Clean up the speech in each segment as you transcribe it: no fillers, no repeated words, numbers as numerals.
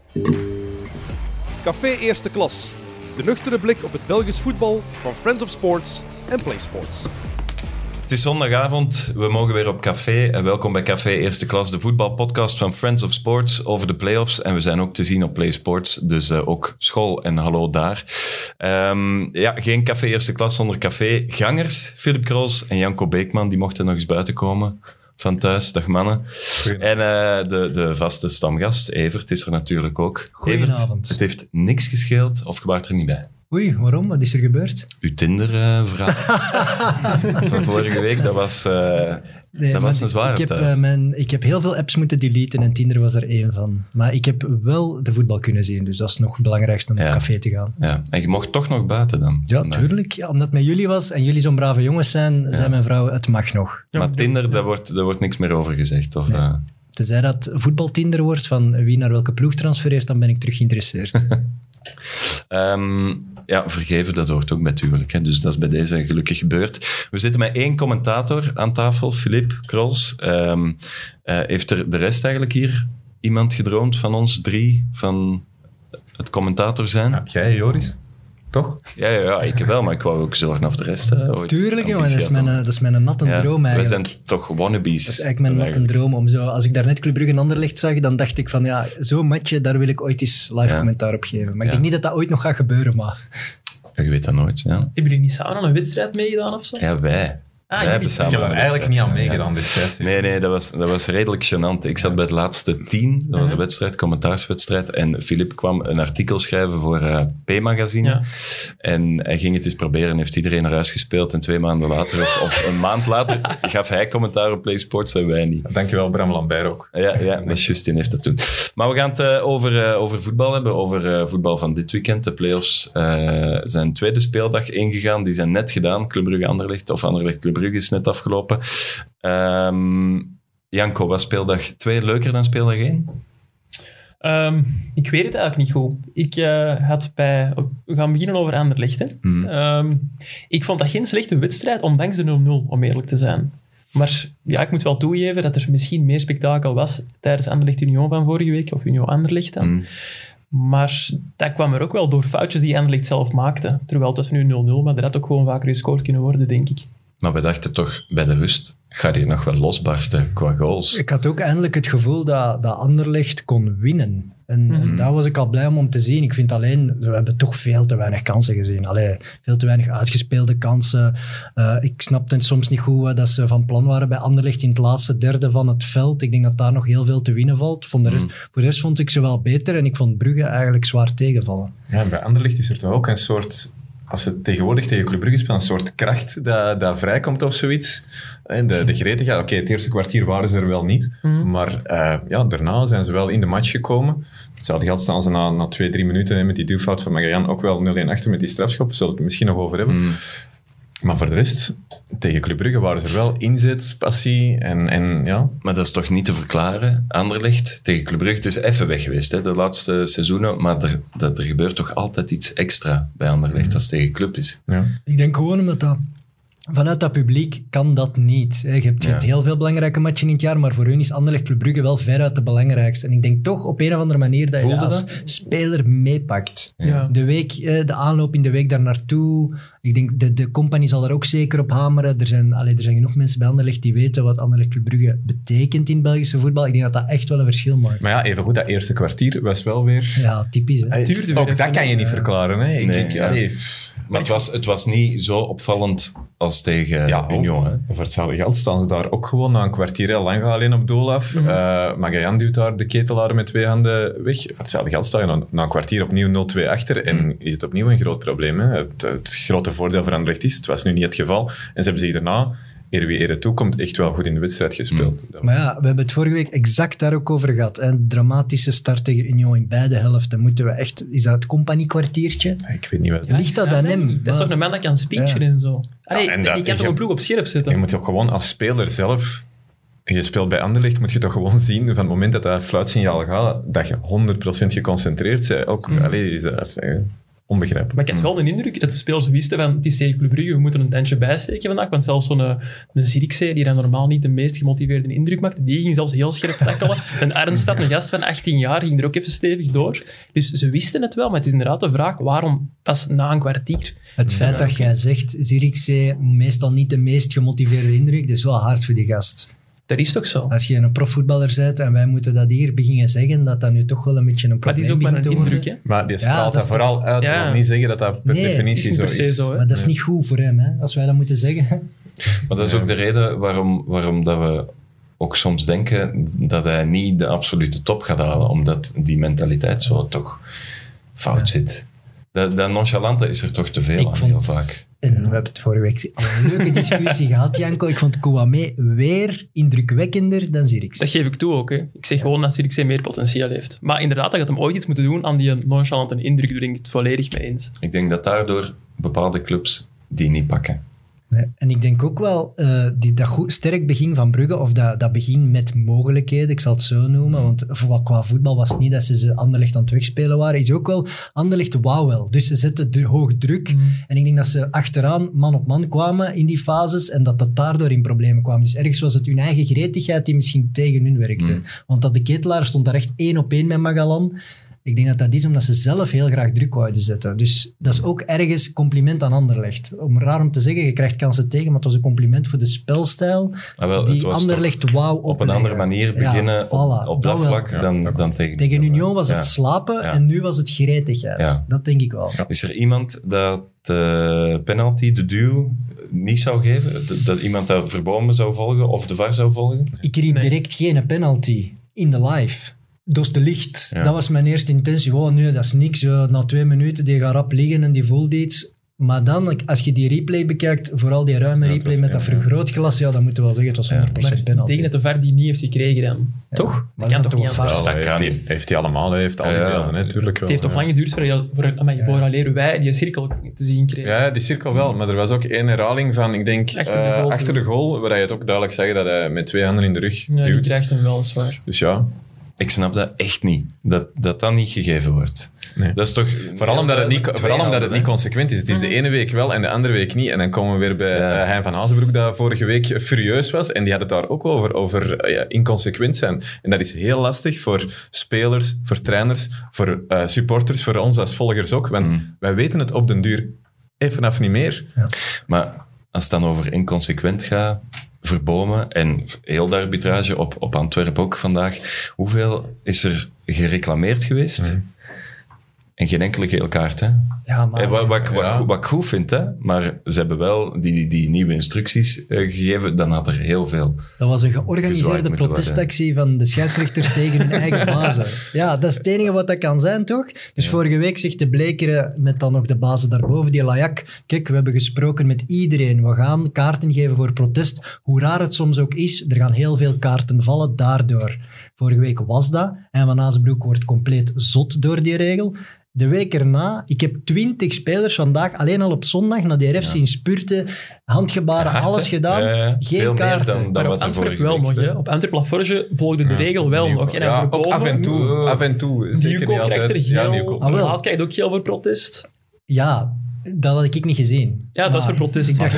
Café Eerste Klas. De nuchtere blik op het Belgisch voetbal van Friends of Sports en Play Sports. Het is zondagavond, we mogen weer op café. En welkom bij Café Eerste Klas, de voetbalpodcast van Friends of Sports over de play-offs. En we zijn ook te zien op Play Sports, dus ook school en hallo daar. Geen Café Eerste Klas zonder cafégangers. Philip Krols en Janko Beekman, die mochten nog eens buiten komen van thuis. Dag mannen. En de vaste stamgast, Evert, is er natuurlijk ook. Goedenavond. Evert, het heeft niks gescheeld of je waart er niet bij? Oei, waarom? Wat is er gebeurd? Uw Tinder-verhaal van vorige week, dat was een zware thuis. Ik heb heel veel apps moeten deleten en Tinder was er één van. Maar ik heb wel de voetbal kunnen zien, dus dat is nog het belangrijkste om naar café te gaan. Ja, en je mocht toch nog buiten dan? Ja, tuurlijk. Ja, omdat het met jullie was en jullie zo'n brave jongens zijn, zei mijn vrouw, het mag nog. Maar Tinder, daar wordt niks meer over gezegd? Of, nee. Tenzij dat voetbal-Tinder wordt van wie naar welke ploeg transfereert, dan ben ik terug geïnteresseerd. Vergeven, dat hoort ook bij het huwelijk. Hè? Dus dat is bij deze gelukkig gebeurd. We zitten met 1 commentator aan tafel, Philip Krols. Heeft er de rest eigenlijk hier iemand gedroomd van ons 3 van het commentator zijn? Ja, jij, Joris? Toch? Ja, ik wel, maar ik wou ook zorgen over de rest. Tuurlijk, jongen, dat is mijn natte droom eigenlijk. Wij zijn toch wannabes. Dat is eigenlijk mijn natte droom. Om zo, als ik daarnet Club Brugge en Anderlecht zag, dan dacht ik van zo'n matchje, daar wil ik ooit eens live commentaar op geven. Maar ik denk niet dat dat ooit nog gaat gebeuren, maar... Ja, je weet dat nooit, ja. Hebben jullie niet samen aan een wedstrijd meegedaan of zo? Ja, wij. Wij hebben samen ik heb er eigenlijk niet aan meegedaan destijds. Nee, dat was redelijk gênant. Ik zat bij het laatste 10, dat was een wedstrijd, commentaarswedstrijd, en Philip kwam een artikel schrijven voor P-magazine. Ja. En hij ging het eens proberen en heeft iedereen naar huis gespeeld. En 2 maanden later, of een maand later, gaf hij commentaar op Play Sports en wij niet. Dankjewel, Bram Lambert ook. Ja, dat is Justin heeft dat toen. Maar we gaan het over voetbal hebben, over voetbal van dit weekend. De play-offs zijn tweede speeldag ingegaan. Die zijn net gedaan. Club Brugge Anderlecht of Anderlecht Club Brugge is net afgelopen. Janko, was speeldag 2 leuker dan speeldag 1? Ik weet het eigenlijk niet goed. We gaan beginnen over Anderlecht. Ik vond dat geen slechte wedstrijd, ondanks de 0-0, om eerlijk te zijn. Maar ja, ik moet wel toegeven dat er misschien meer spektakel was tijdens Anderlecht Union van vorige week, of Union Anderlecht dan. Maar dat kwam er ook wel door foutjes die Anderlecht zelf maakte. Terwijl het was nu 0-0, maar er had ook gewoon vaker gescoord kunnen worden, denk ik. Maar we dachten toch, bij de rust gaat hij nog wel losbarsten qua goals. Ik had ook eindelijk het gevoel dat Anderlecht kon winnen. En daar was ik al blij om te zien. Ik vind alleen, we hebben toch veel te weinig kansen gezien. Veel te weinig uitgespeelde kansen. Ik snapte soms niet goed dat ze van plan waren bij Anderlecht in het laatste derde van het veld. Ik denk dat daar nog heel veel te winnen valt. Voor de rest vond ik ze wel beter en ik vond Brugge eigenlijk zwaar tegenvallen. Ja, bij Anderlecht is er toch ook een soort... Als ze tegenwoordig tegen Club Brugge spelen, een soort kracht dat vrijkomt of zoiets. En de gretigheid. Oké, het eerste kwartier waren ze er wel niet. Maar daarna zijn ze wel in de match gekomen. Voor hetzelfde geld staan ze na 2-3 minuten met die duwfout van Magajan ook wel 0-1 achter met die strafschop. Daar zullen we het misschien nog over hebben. Maar voor de rest, tegen Club Brugge waren ze er wel inzet, passie en ja. Maar dat is toch niet te verklaren? Anderlecht tegen Club Brugge, het is even weg geweest, de laatste seizoenen, maar er gebeurt toch altijd iets extra bij Anderlecht als het tegen Club is. Ja. Ik denk gewoon omdat dat... Vanuit dat publiek kan dat niet. Je hebt heel veel belangrijke matchen in het jaar, maar voor hun is Anderlecht Club Brugge wel veruit de belangrijkste. En ik denk toch op een of andere manier dat je dat als speler meepakt. Ja. De aanloop in de week daar naartoe. Ik denk, de compagnie zal er ook zeker op hameren. Er zijn genoeg mensen bij Anderlecht die weten wat Anderlecht Club Brugge betekent in het Belgische voetbal. Ik denk dat dat echt wel een verschil maakt. Maar ja, evengoed, dat eerste kwartier was wel weer... Ja, typisch. Hè? Ook dat kan je niet verklaren. Hè? Maar het was niet zo opvallend als tegen Union. Hè? Voor hetzelfde geld staan ze daar ook gewoon na een kwartier lang alleen op doel af. Magajan duwt daar de ketelaar met 2 handen weg. Voor hetzelfde geld sta je na een kwartier opnieuw 0-2 achter en is het opnieuw een groot probleem. Hè? Het grote voordeel voor Anderlecht is, het was nu niet het geval. En ze hebben zich daarna, eer wie ere toekomt, echt wel goed in de wedstrijd gespeeld. Maar ja, we hebben het vorige week exact daar ook over gehad. Een dramatische start tegen Union in beide helften. Moeten we echt... Is dat het compagniekwartiertje? Ik weet niet wat... Ligt dat aan hem? Dat is toch een man dat kan speechen en zo. Je kan toch een ploeg op scherp zetten? Je moet toch gewoon als speler zelf... Je speelt bij Anderlecht, moet je toch gewoon zien, van het moment dat dat fluitsignaal gaat, dat je 100% geconcentreerd bent. Ook, onbegrijpelijk. Maar ik had wel de indruk dat de spelers wisten van het is tegen Club Brugge, we moeten een tandje bijsteken vandaag. Want zelfs zo'n Zirkzee, die dan normaal niet de meest gemotiveerde indruk maakte, die ging zelfs heel scherp tackelen. Een Arnstad, een gast van 18 jaar, ging er ook even stevig door. Dus ze wisten het wel, maar het is inderdaad de vraag, waarom pas na een kwartier? Het feit dat jij zegt, Zirkzee, meestal niet de meest gemotiveerde indruk, dat is wel hard voor die gast. Dat is toch zo? Als je een profvoetballer bent en wij moeten dat hier beginnen zeggen, dat nu toch wel een beetje een Maar probleem het is ook maar begint een te indruk, worden. hè? Maar die straalt dat dat is vooral uit. Ja. Dat wil niet zeggen dat dat per Nee, Het is definitie niet zo per se is. zo, hè? Maar dat is niet goed voor hem, hè, als wij dat moeten zeggen. Maar dat is ook de reden waarom dat we ook soms denken dat hij niet de absolute top gaat halen, omdat die mentaliteit zo toch fout zit. Dat nonchalante is er toch te veel aan, heel vaak. En we hebben het vorige week al een leuke discussie gehad, Janko. Ik vond Kouamé weer indrukwekkender dan Zirkzee. Dat geef ik toe ook. Hè. Ik zeg gewoon dat Zirkzee meer potentieel heeft. Maar inderdaad, dat gaat hem ooit iets moeten doen aan die nonchalante indruk. Daar ben ik het volledig mee eens. Ik denk dat daardoor bepaalde clubs die niet pakken. Nee. En ik denk ook wel, dat sterk begin van Brugge, of dat begin met mogelijkheden, ik zal het zo noemen, want qua voetbal was het niet dat ze Anderlecht aan het wegspelen waren, is ook wel, Anderlecht wou wel. Dus ze zetten hoog druk. En ik denk dat ze achteraan man op man kwamen in die fases en dat daardoor in problemen kwam. Dus ergens was het hun eigen gretigheid die misschien tegen hun werkte. Want dat de Ketelaar stond daar echt 1-op-1 met Magalan. Ik denk dat dat is omdat ze zelf heel graag druk wouden zetten. Dus dat is ook ergens compliment aan Anderlecht. Raar om te zeggen, je krijgt kansen tegen, maar het was een compliment voor de spelstijl die Anderlecht wou opleggen. Op een andere manier beginnen Ja, voilà, op dat vlak dan tegen Tegen Union was het slapen en nu was het gretigheid. Ja. Dat denk ik wel. Is er iemand dat de penalty, de duw, niet zou geven? Dat iemand dat Verbomen zou volgen of de VAR zou volgen? Ik riep direct geen penalty in de live. Dus de licht, dat was mijn eerste intentie. Oh nee, dat is niks. Na 2 minuten, die gaat rap liggen en die voelt iets. Maar dan, als je die replay bekijkt, vooral die ruime replay met dat vergrootglas, dan moeten we wel zeggen, het was 100% penalty. Tegen dat de VAR die niet heeft gekregen dan. Toch? Maar Dat kan dat toch is niet toch anders? wel Ja, heeft hij allemaal, hij heeft al die beelden, natuurlijk wel. Het heeft toch lang geduurd vooraleer wij die cirkel te zien kregen. Ja, die cirkel wel, maar er was ook 1 herhaling van, ik denk, Achter de goal, waar je het ook duidelijk zag dat hij met 2 handen in de rug Ja, die duwt. krijgt hem wel zwaar. Dus ja. Ik snap dat echt niet. Dat niet gegeven wordt. Nee. Dat is toch... Vooral omdat het niet consequent is. Het is de ene week wel en de andere week niet. En dan komen we weer bij Hein van Azenbroek, dat vorige week furieus was. En die had het daar ook over inconsequent zijn. En dat is heel lastig voor spelers, voor trainers, voor supporters, voor ons als volgers ook. Want wij weten het op den duur even af niet meer. Ja. Maar als het dan over inconsequent gaat, Verbomen en heel de arbitrage op Antwerpen ook vandaag, hoeveel is er gereclameerd geweest? En geen enkele gele kaart, hè? Ja, maar... Wat ik goed vind, hè? Maar ze hebben wel die nieuwe instructies gegeven, dan had er heel veel. Dat was een gezwaaid georganiseerde moeten protestactie van de scheidsrechters tegen hun eigen bazen. Ja, dat is het enige wat dat kan zijn, toch? Dus vorige week zegt de Blekeren, met dan nog de bazen daarboven, die Lajak, kijk, we hebben gesproken met iedereen. We gaan kaarten geven voor protest. Hoe raar het soms ook is, er gaan heel veel kaarten vallen daardoor. Vorige week was dat. En Van Azenbroek wordt compleet zot door die regel. De week erna, ik heb 20 spelers vandaag alleen al op zondag naar de RF zien spurten, handgebaren, alles gedaan. Geen veel kaarten. meer dan Maar wat op er Antwerpen vorige wel week nog. Hè. Op Antwerpen Laforge volgde de regel wel nog. En Ja, ook Verbomen, af en toe. Zeker Diuco niet krijgt er altijd. Ja, geel. Diuco. Ah, wel. Laat krijgt ook geel voor protest. Ja, dat had ik niet gezien. Ja, dat was voor protest. Ik dacht,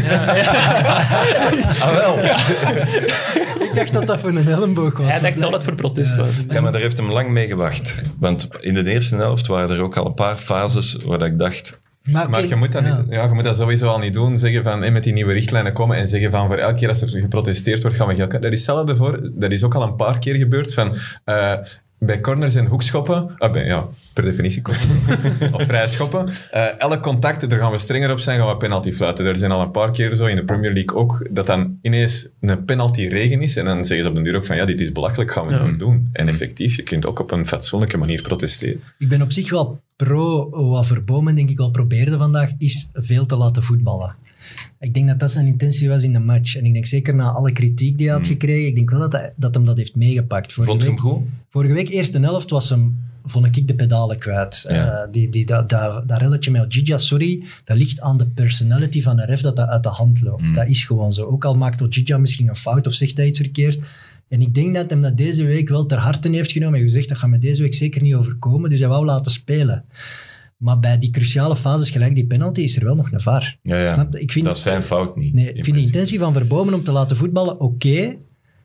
wel. ik dacht dat dat voor een elleboog was. Hij dacht zelf dat het voor protest was. Ja, maar daar heeft hem lang mee gewacht. Want in de eerste helft waren er ook al een paar fases waar ik dacht... Maar je moet dat, niet, je moet dat sowieso al niet doen. Zeggen van, met die nieuwe richtlijnen komen en zeggen van voor elke keer als er geprotesteerd wordt, gaan we geel. Dat is hetzelfde voor. Dat is ook al een paar keer gebeurd. Van, bij corners en hoekschoppen, per definitie of vrije schoppen, elk contact, daar gaan we strenger op zijn, gaan we penalty fluiten. Er zijn al een paar keer zo in de Premier League ook, dat dan ineens een penalty regen is en dan zeggen ze op de duur ook van, dit is belachelijk, gaan we niet doen. En effectief, je kunt ook op een fatsoenlijke manier protesteren. Ik ben op zich wel pro wat Verbomen, denk ik wel probeerde vandaag, is veel te laten voetballen. Ik denk dat dat zijn intentie was in de match. En ik denk zeker na alle kritiek die hij had gekregen, ik denk wel dat hem dat heeft meegepakt. Vond je hem goed? Vorige week, eerste helft, vond ik de pedalen kwijt. Ja. Dat relletje met Ojija, dat ligt aan de personality van een ref dat uit de hand loopt. Dat is gewoon zo. Ook al maakt Ojija misschien een fout of zegt hij iets verkeerd. En ik denk dat hem dat deze week wel ter harte heeft genomen. En gezegd, dat gaat me deze week zeker niet overkomen. Dus hij wou laten spelen. Maar bij die cruciale fases, gelijk die penalty, is er wel nog een VAR. Ja. Snap je? Ik vind, Dat is zijn fout niet. Nee, ik vind de intentie van Verbomen om te laten voetballen oké,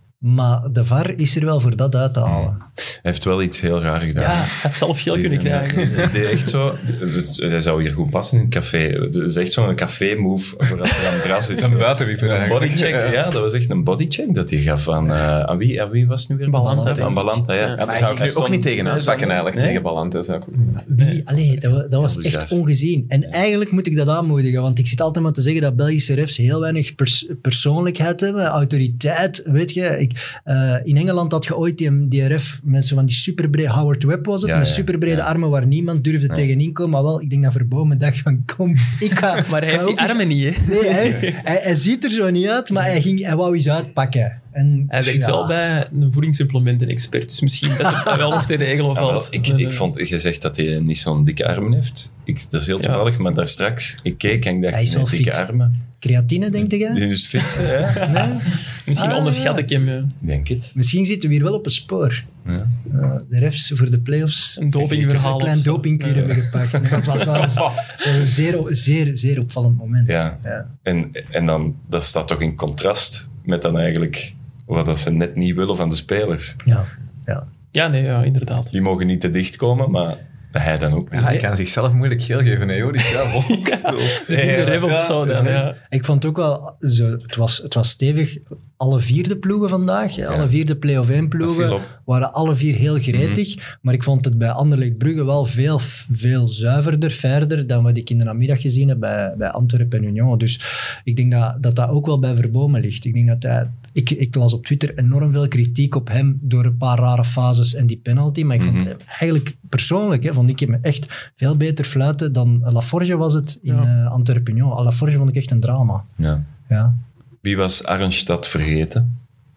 maar de VAR is er wel voor dat uit te halen. Hij heeft wel iets heel raar gedaan. Ja, had zelf geel kunnen krijgen. Hij deed echt zo... Hij zou hier goed passen in het café. Het is echt zo'n café-move voor als er aan het gras is. Een buitenwieper Een eigenlijk. bodycheck, ja, dat was echt een bodycheck dat hij gaf aan wie was het nu weer? Balanta. Aan Balanta, ja. Ja. Daar zou ik nu ook niet tegen aanpakken eigenlijk, Nee? tegen Balanta. Zou ik ook niet. Wie? Allee, dat was bizar. echt ongezien. En eigenlijk moet ik dat aanmoedigen, want ik zit altijd maar te zeggen dat Belgische refs heel weinig persoonlijkheid hebben, autoriteit, weet je. In Engeland had je ooit die ref met zo van die superbrede, Howard Webb was het, Ja, met ja, superbrede armen waar niemand durfde tegenin komen, maar wel, ik denk dat Verbomen dacht van, kom, ik ga... Maar hij heeft die ook eens- armen niet, hè. Nee, hij ziet er zo niet uit, maar hij wou iets uitpakken. En, Hij werkt wel bij een voedingssupplementen-expert, dus misschien dat het wel nog te regelen Ja, wel, valt. ik vond, je zegt dat hij niet zo'n dikke armen heeft. Dat is heel toevallig, maar daar straks, ik keek en ik dacht, Hij is wel dikke fit. armen. Creatine, denk jij? Die is fit, hè? Nee? Misschien Ah, onderschat ja. ik hem. Ik denk het. Misschien zitten we hier wel op een spoor. Ja. De refs voor de play-offs. Een dopingverhaal Een klein of zo. dopingkuur Ja. hebben gepakt. Maar het was wel een zeer opvallend moment. Ja. En dan, dat staat toch in contrast met dan eigenlijk wat dat ze net niet willen van de spelers. Ja. Ja, nee, ja, inderdaad. Die mogen niet te dicht komen, maar hij dan ook niet. Ja, hij kan zichzelf moeilijk geel geven, hè, Joris. Ja, vol. De ref of zo dan, ja. Ik vond ook wel, het was stevig. Alle 4 de ploegen vandaag, alle 4 de play-off 1 Dat viel ploegen, op. waren alle 4 heel gretig. Maar ik vond het bij Anderlecht Brugge wel veel zuiverder, verder dan wat ik in de namiddag gezien heb bij Antwerpen en Union. Dus ik denk dat ook wel bij Verbomen ligt. Ik denk dat hij... Ik las op Twitter enorm veel kritiek op hem door een paar rare fases en die penalty. Maar ik vond eigenlijk persoonlijk, vond ik hem echt veel beter fluiten dan Laforge was het in Antwerpen Union. Laforge vond ik echt een drama. Ja. Wie was Arnstad vergeten?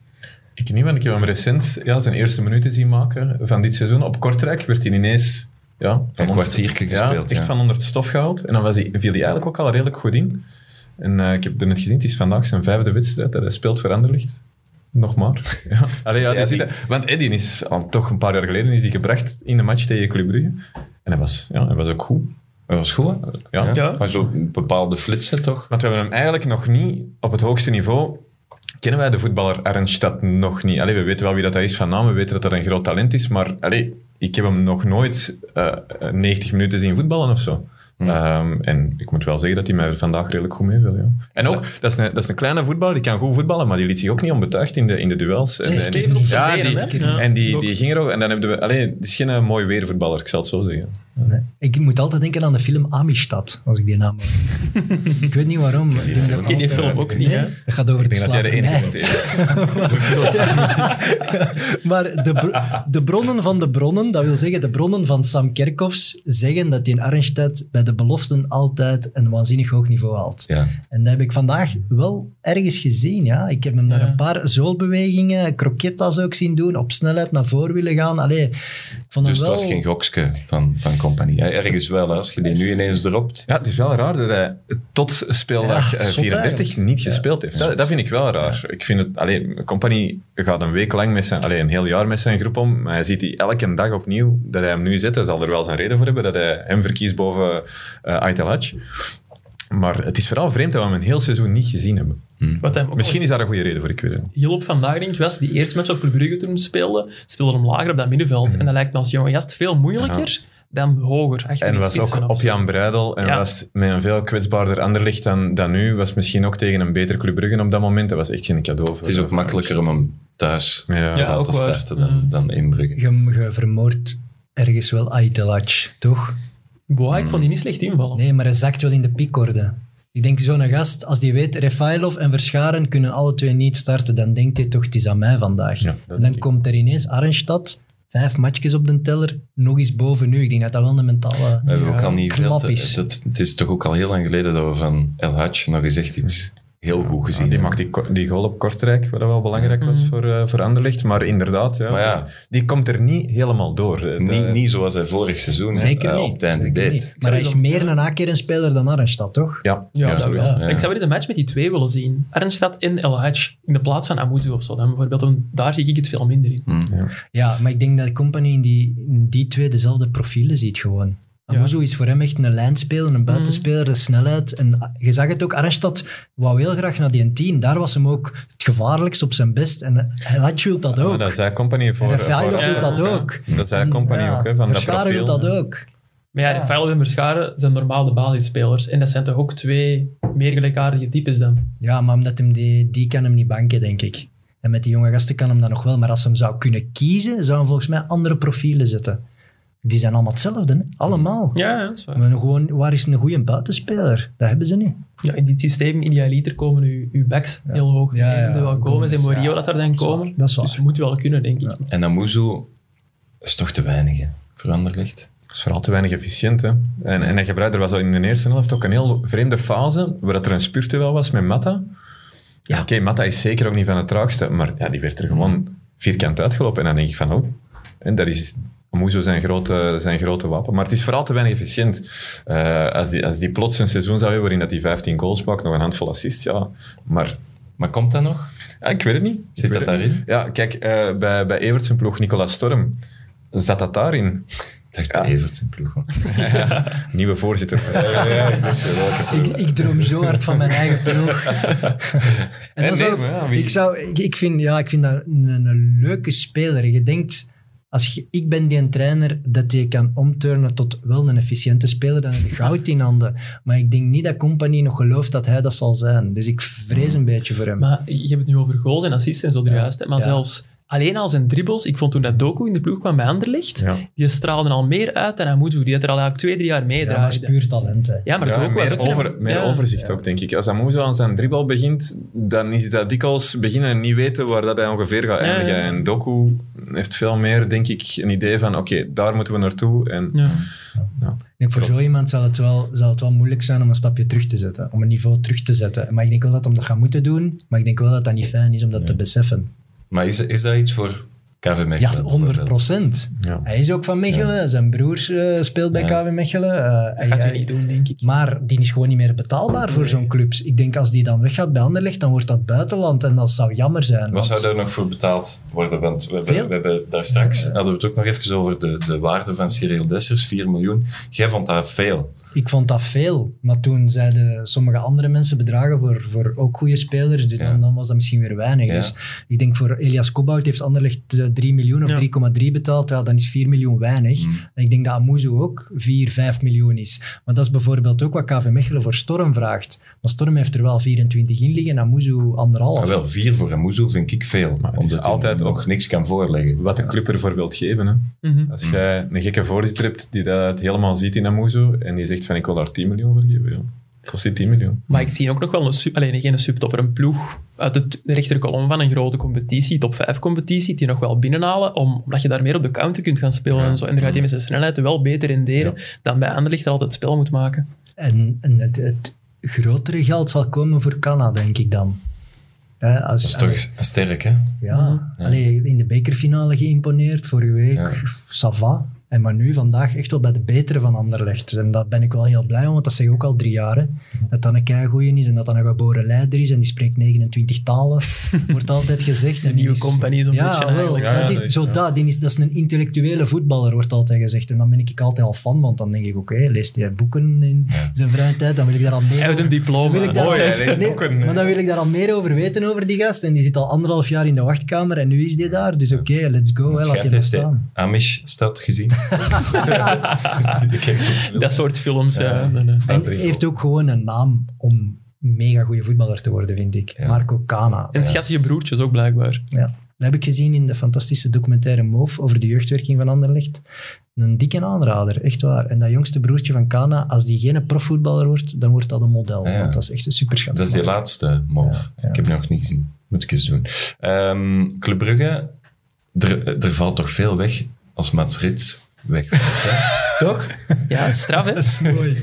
Ik niet, want ik heb hem recent zijn eerste minuten zien maken van dit seizoen. Op Kortrijk werd hij ineens van Een kwartiertje gespeeld. echt van onder het stof gehaald. En dan viel hij eigenlijk ook al redelijk goed in. En ik heb er net gezien, het is vandaag zijn 5e wedstrijd dat hij speelt voor Anderlecht. Nog maar. Ja. Allee, want Eddie is al toch een paar jaar geleden is hij gebracht in de match tegen Club Brugge. En hij was ook goed. Dat was goed, hè? Ja. Ja. Maar zo'n bepaalde flitsen, toch? Want we hebben hem eigenlijk nog niet op het hoogste niveau... Kennen wij de voetballer Arnstad nog niet? Allee, we weten wel wie dat is van naam, we weten dat hij een groot talent is, maar ik heb hem nog nooit 90 minuten zien voetballen of zo. En ik moet wel zeggen dat hij mij vandaag redelijk goed meeviel. Ja. En ook, dat is een kleine voetballer, die kan goed voetballen, maar die liet zich ook niet onbetuigd in de duels. Ze is stevig op zijn benen, hè? Ja. En die ging er ook. En dan hebben we... het is geen mooi weervoetballer, ik zal het zo zeggen. Nee. Ik moet altijd denken aan de film Amistad, als ik die naam hoor. Ik weet niet waarom. Ik ken die film ook niet, hè. Dat gaat over Ik de denk dat jij de enige slavernij. bent. Maar de bronnen van de bronnen, dat wil zeggen de bronnen van Sam Kerkhoffs, zeggen dat die in Arnstad bij de beloften altijd een waanzinnig hoog niveau haalt. Ja. En dat heb ik vandaag wel ergens gezien. Ja. Ik heb hem daar een paar zoolbewegingen, croquetas ook zien doen, op snelheid naar voren willen gaan. Allee, ik vond Dus hem het wel... was geen gokske van compagnie. Ja, ergens wel, hè, als je die nu ineens dropt. Ja, het is wel raar dat hij tot speeldag Ja, zot 34 eigenlijk. niet gespeeld heeft. Dat vind ik wel raar. Ik vind het... Company gaat een week lang met zijn... een heel jaar met zijn groep om, maar hij ziet die elke dag opnieuw dat hij hem nu zet. Hij zal er wel zijn reden voor hebben dat hij hem verkiest boven Aitel Hadj. Maar het is vooral vreemd dat we hem een heel seizoen niet gezien hebben. Wat hem ook Misschien is daar een goede reden voor, ik weet het niet. heel op vandaag, denk ik, was die eerste match op Club Brugge toen hij speelde hem lager op dat middenveld. En dat lijkt me als jonge gast veel moeilijker dan hoger. Achter En die was spitsen ook of op zo. Jan Breidel en Ja. was met een veel kwetsbaarder Anderlecht dan nu. Was misschien ook tegen een beter Club Brugge op dat moment. Dat was echt geen cadeau. Het is ook makkelijker om hem thuis Ja. te Ja, ook laten waar. starten dan in Brugge. Je vermoordt ergens wel Aitel Hadj, toch? Boah, ik vond die niet slecht invallen. Nee, maar hij zakt wel in de piekorde. Ik denk, zo'n gast, als die weet, Refailov en Verscharen kunnen alle twee niet starten, dan denkt hij toch, het is aan mij vandaag. Ja, en dat dan denk ik. komt er ineens Arnstad, 5 matchjes op de teller, nog eens boven nu. Ik denk dat dat wel een mentale We hebben ook al niet veel klap is. het is toch ook al heel lang geleden dat we van El Hadj nog eens echt iets heel goed gezien Die hebben. maakt die goal op Kortrijk, wat wel belangrijk was voor Anderlecht. Maar inderdaad, Maar ja. die komt er niet helemaal door. Niet zoals hij vorig seizoen Zeker niet. op het einde zeker deed. niet. Maar hij is meer een A-keer-speler dan Arnstad, toch? Ja, Ja, Ja, absoluut. wel. Ja. Ik zou wel eens een match met die twee willen zien. Arnstad en El Hadj. In de plaats van Amudu of zo. Dan bijvoorbeeld, want daar zie ik het veel minder in. Ja, maar ik denk dat Company in die twee dezelfde profielen ziet gewoon. Amuzu is voor hem echt een lijnspeler, een buitenspeler, de snelheid. En je zag het ook, Arrestad wou heel graag naar die 10. Daar was hem ook het gevaarlijkst op zijn best. En Hadj wil dat ook. Dat zei Company voor... Rafailov wil dat ook. Dat zei Company ook, hè, van dat Verscharen wil profiel. dat ook. Maar ja, Rafailov en Verscharen zijn normaal de basisspelers. En dat zijn toch ook 2 meer gelijkaardige types dan? Ja, maar omdat hem die kan hem niet banken, denk ik. En met die jonge gasten kan hem dat nog wel. Maar als hem zou kunnen kiezen, zou hij volgens mij andere profielen zetten. Die zijn allemaal hetzelfde, hè? Allemaal. Ja, dat is waar. Maar gewoon, waar is een goede buitenspeler? Dat hebben ze niet. Ja, in dit systeem, idealiter, komen uw backs heel hoog. Ja, ja. De wel Gomez en Gomez, Murillo dat er dan komen. Dat is waar. Dus het moet wel kunnen, denk ik. Ja. En Amuzu is toch te weinig, hè, voor Anderlecht. Dat is vooral te weinig efficiënt. Hè. En hij gebruikte, er was in de eerste helft ook een heel vreemde fase, waar dat er een spurte wel was met Mata. Ja. Oké, Mata is zeker ook niet van het traagste, maar ja, die werd er gewoon vierkant uitgelopen. En dan denk ik van, oh, en dat is Amuzu zijn grote wapen. Maar het is vooral te weinig efficiënt. Als die plots een seizoen zou hebben waarin dat die 15 goals pakt, nog een handvol assists, ja. Maar komt dat nog? Ja, ik weet het niet. Zit dat daarin? Ja, kijk, bij Evertsen ploeg Nicolas Storm zat dat daarin. Ik dacht bij Evertsen ploeg. Nieuwe voorzitter. Ik droom zo hard van mijn eigen ploeg. En dat is ook, ik vind dat een leuke speler. Je denkt, ik ben die een trainer dat je kan omturnen tot wel een efficiënte speler, dan heb je goud in handen. Maar ik denk niet dat Company nog gelooft dat hij dat zal zijn. Dus ik vrees een beetje voor hem. Maar je hebt het nu over goals en assists en zo juist. Hè? Maar zelfs alleen al zijn dribbles, ik vond toen dat Doku in de ploeg kwam bij Anderlecht, die straalde al meer uit dan Amuzu, die had er al eigenlijk 2-3 jaar mee Ja, maar is puur talent. Hè. Ja, maar Doku was ook... meer overzicht ook, denk ik. Als Amuzu aan zijn dribbel begint, dan is dat dikwijls beginnen en niet weten waar dat hij ongeveer gaat eindigen. Ja. En Doku heeft veel meer, denk ik, een idee van oké, daar moeten we naartoe. En, Ik denk, voor zo iemand zal het wel moeilijk zijn om een stapje terug te zetten, om een niveau terug te zetten. Maar ik denk wel dat hij dat gaat moeten doen, maar ik denk wel dat dat niet fijn is om dat te beseffen. Maar is dat iets voor KV Mechelen? Ja, 100%. Ja. Hij is ook van Mechelen. Zijn broer speelt bij KV Mechelen. Dat gaat hij niet doen, denk ik. Maar die is gewoon niet meer betaalbaar voor zo'n clubs. Ik denk, als die dan weggaat bij Anderlecht, dan wordt dat buitenland. En dat zou jammer zijn. Wat zou daar nog voor betaald worden? Want we hebben daar straks, hadden we het ook nog even over de waarde van Cyril Dessers, 4 miljoen. Jij vond dat veel. Ik vond dat veel. Maar toen zeiden sommige andere mensen bedragen voor ook goede spelers. Dus dan was dat misschien weer weinig. Ja. Dus ik denk voor Elias Kobout heeft Anderlecht 3 miljoen of 3,3 betaald. Ja, dan is 4 miljoen weinig. En ik denk dat Amuzu ook 4, 5 miljoen is. Maar dat is bijvoorbeeld ook wat KV Mechelen voor Storm vraagt. Maar Storm heeft er wel 24 in liggen en Amuzu 1,5. Ja, wel, 4 voor Amuzu vind ik veel. Maar het is altijd nog ook niks kan voorleggen. Wat de club ervoor wilt geven. Hè. Als jij een gekke voorzitter hebt die dat helemaal ziet in Amuzu en die zegt van ik wil daar 10 miljoen voor geven. Ja. Kost die 10 miljoen. Maar ik zie ook nog wel geen subtopper, een ploeg uit de rechterkolom van een grote competitie, top 5 competitie, die nog wel binnenhalen, omdat je daar meer op de counter kunt gaan spelen en zo. En daar gaat hij met zijn snelheid wel beter renderen dan bij Anderlecht altijd het spel moet maken. En het grotere geld zal komen voor Canna, denk ik dan. Dat is toch sterk, hè? Ja. Allee, in de bekerfinale geïmponeerd, vorige week, ça va. En maar nu, vandaag, echt wel bij de betere van Anderlecht. En daar ben ik wel heel blij om, want dat zeg ik ook al 3 jaar. Hè. Dat dat een keigoeie is en dat dat een geboren leider is en die spreekt 29 talen, wordt altijd gezegd. De nieuwe compagnie is een beetje eigenlijk. Dat is een intellectuele voetballer, wordt altijd gezegd. En dan ben ik altijd al fan, want dan denk ik, oké, leest hij boeken in zijn vrije tijd, dan wil ik daar al meer hij heeft een diploma. Maar dan wil ik daar al meer over weten, over die gast. En die zit al 1,5 jaar in de wachtkamer en nu is die daar. Dus oké, let's go, laat je maar staan. Amish-stad gezien. Dat soort films, En heeft ook gewoon een naam om mega goede voetballer te worden, vind ik. Ja. Marco Canna. En schattige broertjes ook, blijkbaar. Ja, dat heb ik gezien in de fantastische documentaire Moof over de jeugdwerking van Anderlecht. Een dikke aanrader, echt waar. En dat jongste broertje van Canna, als die geen profvoetballer wordt, dan wordt dat een model. Ja. Want dat is echt een superschat. Dat is die laatste Moof. Ja. Ik heb het nog niet gezien. Moet ik eens doen. Club Brugge, er valt toch veel weg als Mats Rits wegvalt, hè? Toch? Ja, straf, hè? Dat is mooi.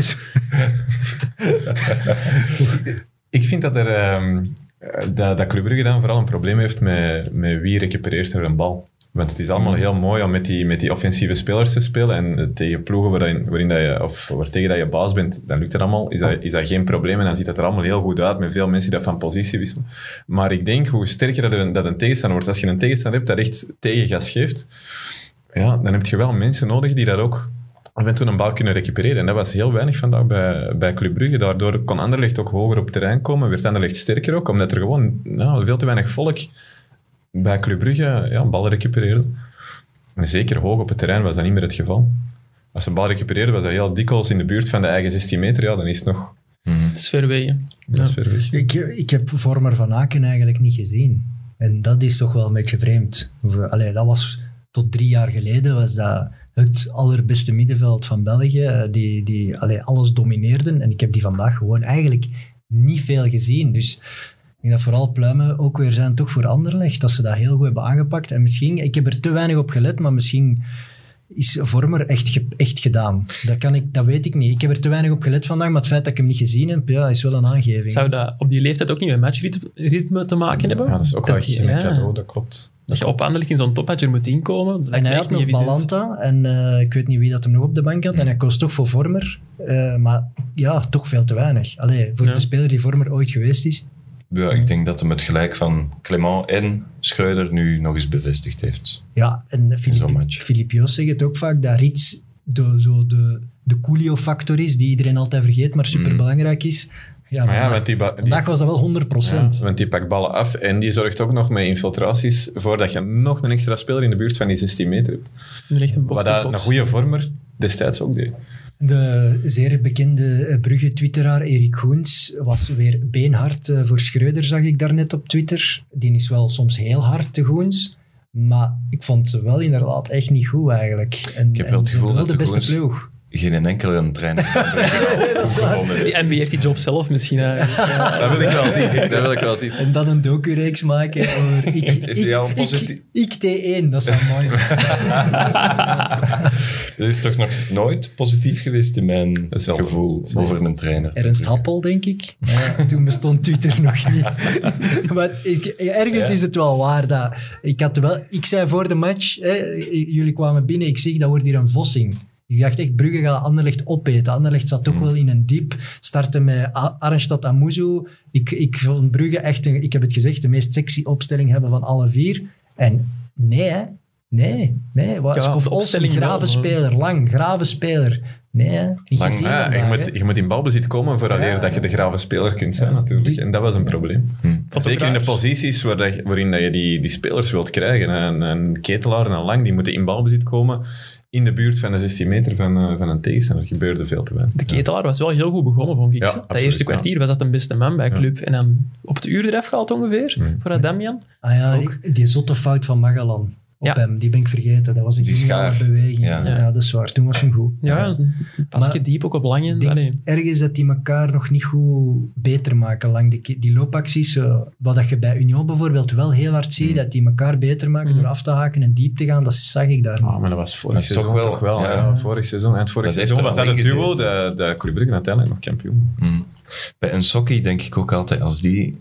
Ik vind dat dat Club Brugge dan vooral een probleem heeft met wie recupereert er een bal. Want het is allemaal heel mooi om met die offensieve spelers te spelen en tegen ploegen waartegen dat je baas bent, dan lukt het allemaal. Is dat geen probleem en dan ziet het er allemaal heel goed uit met veel mensen die dat van positie wisselen. Maar ik denk, hoe sterker dat een tegenstander wordt, als je een tegenstander hebt dat echt tegengas geeft, ja, dan heb je wel mensen nodig die dat ook af en toe een bal kunnen recupereren. En dat was heel weinig vandaag bij Club Brugge. Daardoor kon Anderlecht ook hoger op het terrein komen. Werd Anderlecht sterker ook, omdat er gewoon veel te weinig volk bij Club Brugge ballen recupereerde. En zeker hoog op het terrein was dat niet meer het geval. Als ze bal recupereerde, was dat heel dikwijls in de buurt van de eigen 16 meter. Ja, dan is het nog... Het is ver weg. Dat is ver weg. Ik heb Vormer van Aken eigenlijk niet gezien. En dat is toch wel een beetje vreemd. Dat was tot 3 jaar geleden was dat het allerbeste middenveld van België, die alles domineerden. En ik heb die vandaag gewoon eigenlijk niet veel gezien. Dus ik denk dat vooral pluimen ook weer zijn toch voor Anderlecht, dat ze dat heel goed hebben aangepakt. En misschien, ik heb er te weinig op gelet, maar misschien is Vormer echt gedaan. Dat weet ik niet. Ik heb er te weinig op gelet vandaag, maar het feit dat ik hem niet gezien heb, is wel een aangeving. Zou dat op die leeftijd ook niet met matchritme te maken hebben? Ja, dat is ook wel een cadeau, dat klopt. Dat je op Anderlecht in zo'n topmatcher moet inkomen. En hij had nog Balanta en ik weet niet wie dat hem nog op de bank had. En hij koos toch voor Vormer. Maar ja, toch veel te weinig. Voor de speler die Vormer ooit geweest is. Ja, ik denk dat hem het gelijk van Clement en Schreuder nu nog eens bevestigd heeft. Ja, en Filip Joos zegt het ook vaak, dat Rits de Coolio-factor is, die iedereen altijd vergeet, maar superbelangrijk is. Ja, vandaag was dat wel 100%. Ja, want die pakt ballen af en die zorgt ook nog met infiltraties voordat je nog een extra speler in de buurt van die 16 meter hebt. Wat dat een goede vormer destijds ook deed. De zeer bekende Brugge-twitteraar Erik Goens was weer beenhard voor Schreuder, zag ik daarnet op Twitter. Die is wel soms heel hard, de Goens. Maar ik vond ze wel inderdaad echt niet goed eigenlijk. Ik heb wel het gevoel dat de beste ploeg. Geen enkele trainer gevonden. En wie heeft die job zelf misschien eigenlijk? Dat wil ik wel zien. En dan een docu-reeks maken over ik T1, dat zou mooi zijn. Dat is toch nog nooit positief geweest in mijn gevoel over een trainer. Ernst Happel, denk ik. Toen bestond Twitter nog niet. Maar ergens is het wel waar dat... Ik zei voor de match, jullie kwamen binnen, ik zeg, dat wordt hier een vossing. Ik dacht echt, Brugge gaat Anderlecht opeten. Anderlecht zat toch wel in een diep. Starten met Arnstad Amuzu. Ik vond Brugge echt, ik heb het gezegd, de meest sexy opstelling hebben van alle 4. En nee. Olsen, gravenspeler, lang, gravenspeler. Nee, niet gezien je moet in balbezit komen vooraleer dat je de gravenspeler kunt zijn, natuurlijk. En dat was een probleem. Zeker in de posities waarin dat je die spelers wilt krijgen. Een Ketelaar en een Lang, die moeten in balbezit komen in de buurt van de 16 meter van een tegenstander. Dat gebeurde veel te weinig. De Ketelaar was wel heel goed begonnen, vond ik. Dat eerste kwartier was dat de beste man bij Club. En dan op het uur eraf gehaald ongeveer, voor Adamian. Die zotte fout van Magalan. Op hem, die ben ik vergeten. Dat was een geniale beweging. Ja, dat is waar. Toen was hem goed. Ja, pasje diep ook op lang. Ergens dat die elkaar nog niet goed beter maken. Lang die loopacties, wat je bij Union bijvoorbeeld wel heel hard ziet, dat die elkaar beter maken door af te haken en diep te gaan, dat zag ik daar niet. Maar dat was vorig seizoen toch wel. Ja. Vorig seizoen. En vorig seizoen was dat het duo, de Club Brugge uiteindelijk nog kampioen. Bij Nsokki denk ik ook altijd, als die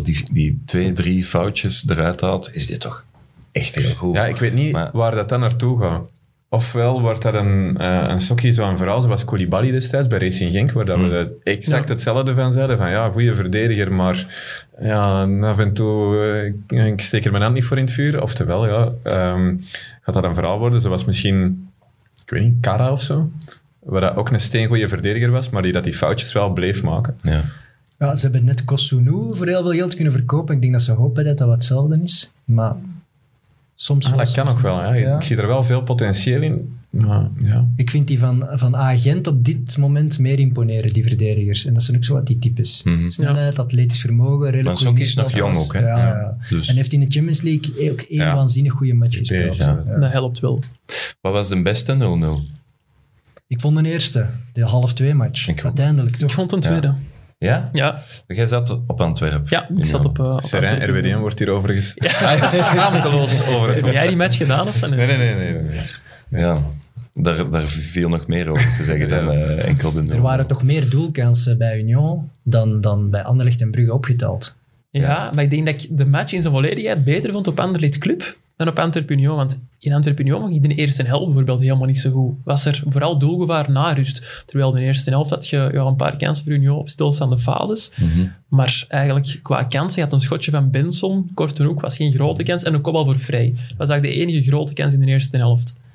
2-3 foutjes eruit haalt, is dit toch echt heel goed. Ja, ik weet niet waar dat dan naartoe gaat. Ofwel wordt dat een sokkie zo'n verhaal, zoals Koulibaly destijds bij Racing Genk, waar dat we exact hetzelfde van zeiden. Van ja, goede verdediger, maar af en toe ik steek er mijn hand niet voor in het vuur. Oftewel, gaat dat een verhaal worden, zoals misschien, ik weet niet, Kara of zo. Waar dat ook een steengoeie verdediger was, maar die foutjes wel bleef maken. Ja, ze hebben net Kosunu voor heel veel geld kunnen verkopen. Ik denk dat ze hopen dat dat wat hetzelfde is. Maar soms dat kan nog wel. Ja. Ik zie er wel veel potentieel in. Maar, ja. Ik vind die van Agent op dit moment meer imponeren, die verdedigers. En dat zijn ook zo wat die types. Snelheid, atletisch vermogen, redelijk goed. Maar is nog jong ook. Hè? Ja. Dus. En heeft in de Champions League ook één waanzinnig goede match gespeeld. Dat helpt wel. Wat was de beste 0-0? Ik vond de eerste, de 1,5-2 match. Uiteindelijk toch. Ik vond een tweede. Ja? Ja. Jij zat op Antwerpen. Ja, ik zat op Serijn, RWDM wordt hier overigens schaamteloos over het. Heb jij die match gedaan? Of Nee. Ja, daar viel nog meer over te zeggen dan enkel de 0. Er waren toch meer doelkansen bij Union dan bij Anderlecht en Brugge opgeteld. Ja, maar ik denk dat ik de match in zijn volledigheid beter vond op Anderlecht Club dan op Antwerpen Union. Want in Antwerpen Union vond ik de eerste helft bijvoorbeeld helemaal niet zo goed. Was er vooral doelgevaar na rust. Terwijl de eerste helft had je een paar kansen voor Union op stilstaande fases. Maar eigenlijk qua kansen, je had een schotje van Benson, korte hoek, was geen grote kans, en een kopbal voor Vrij. Dat was eigenlijk de enige grote kans in de eerste helft.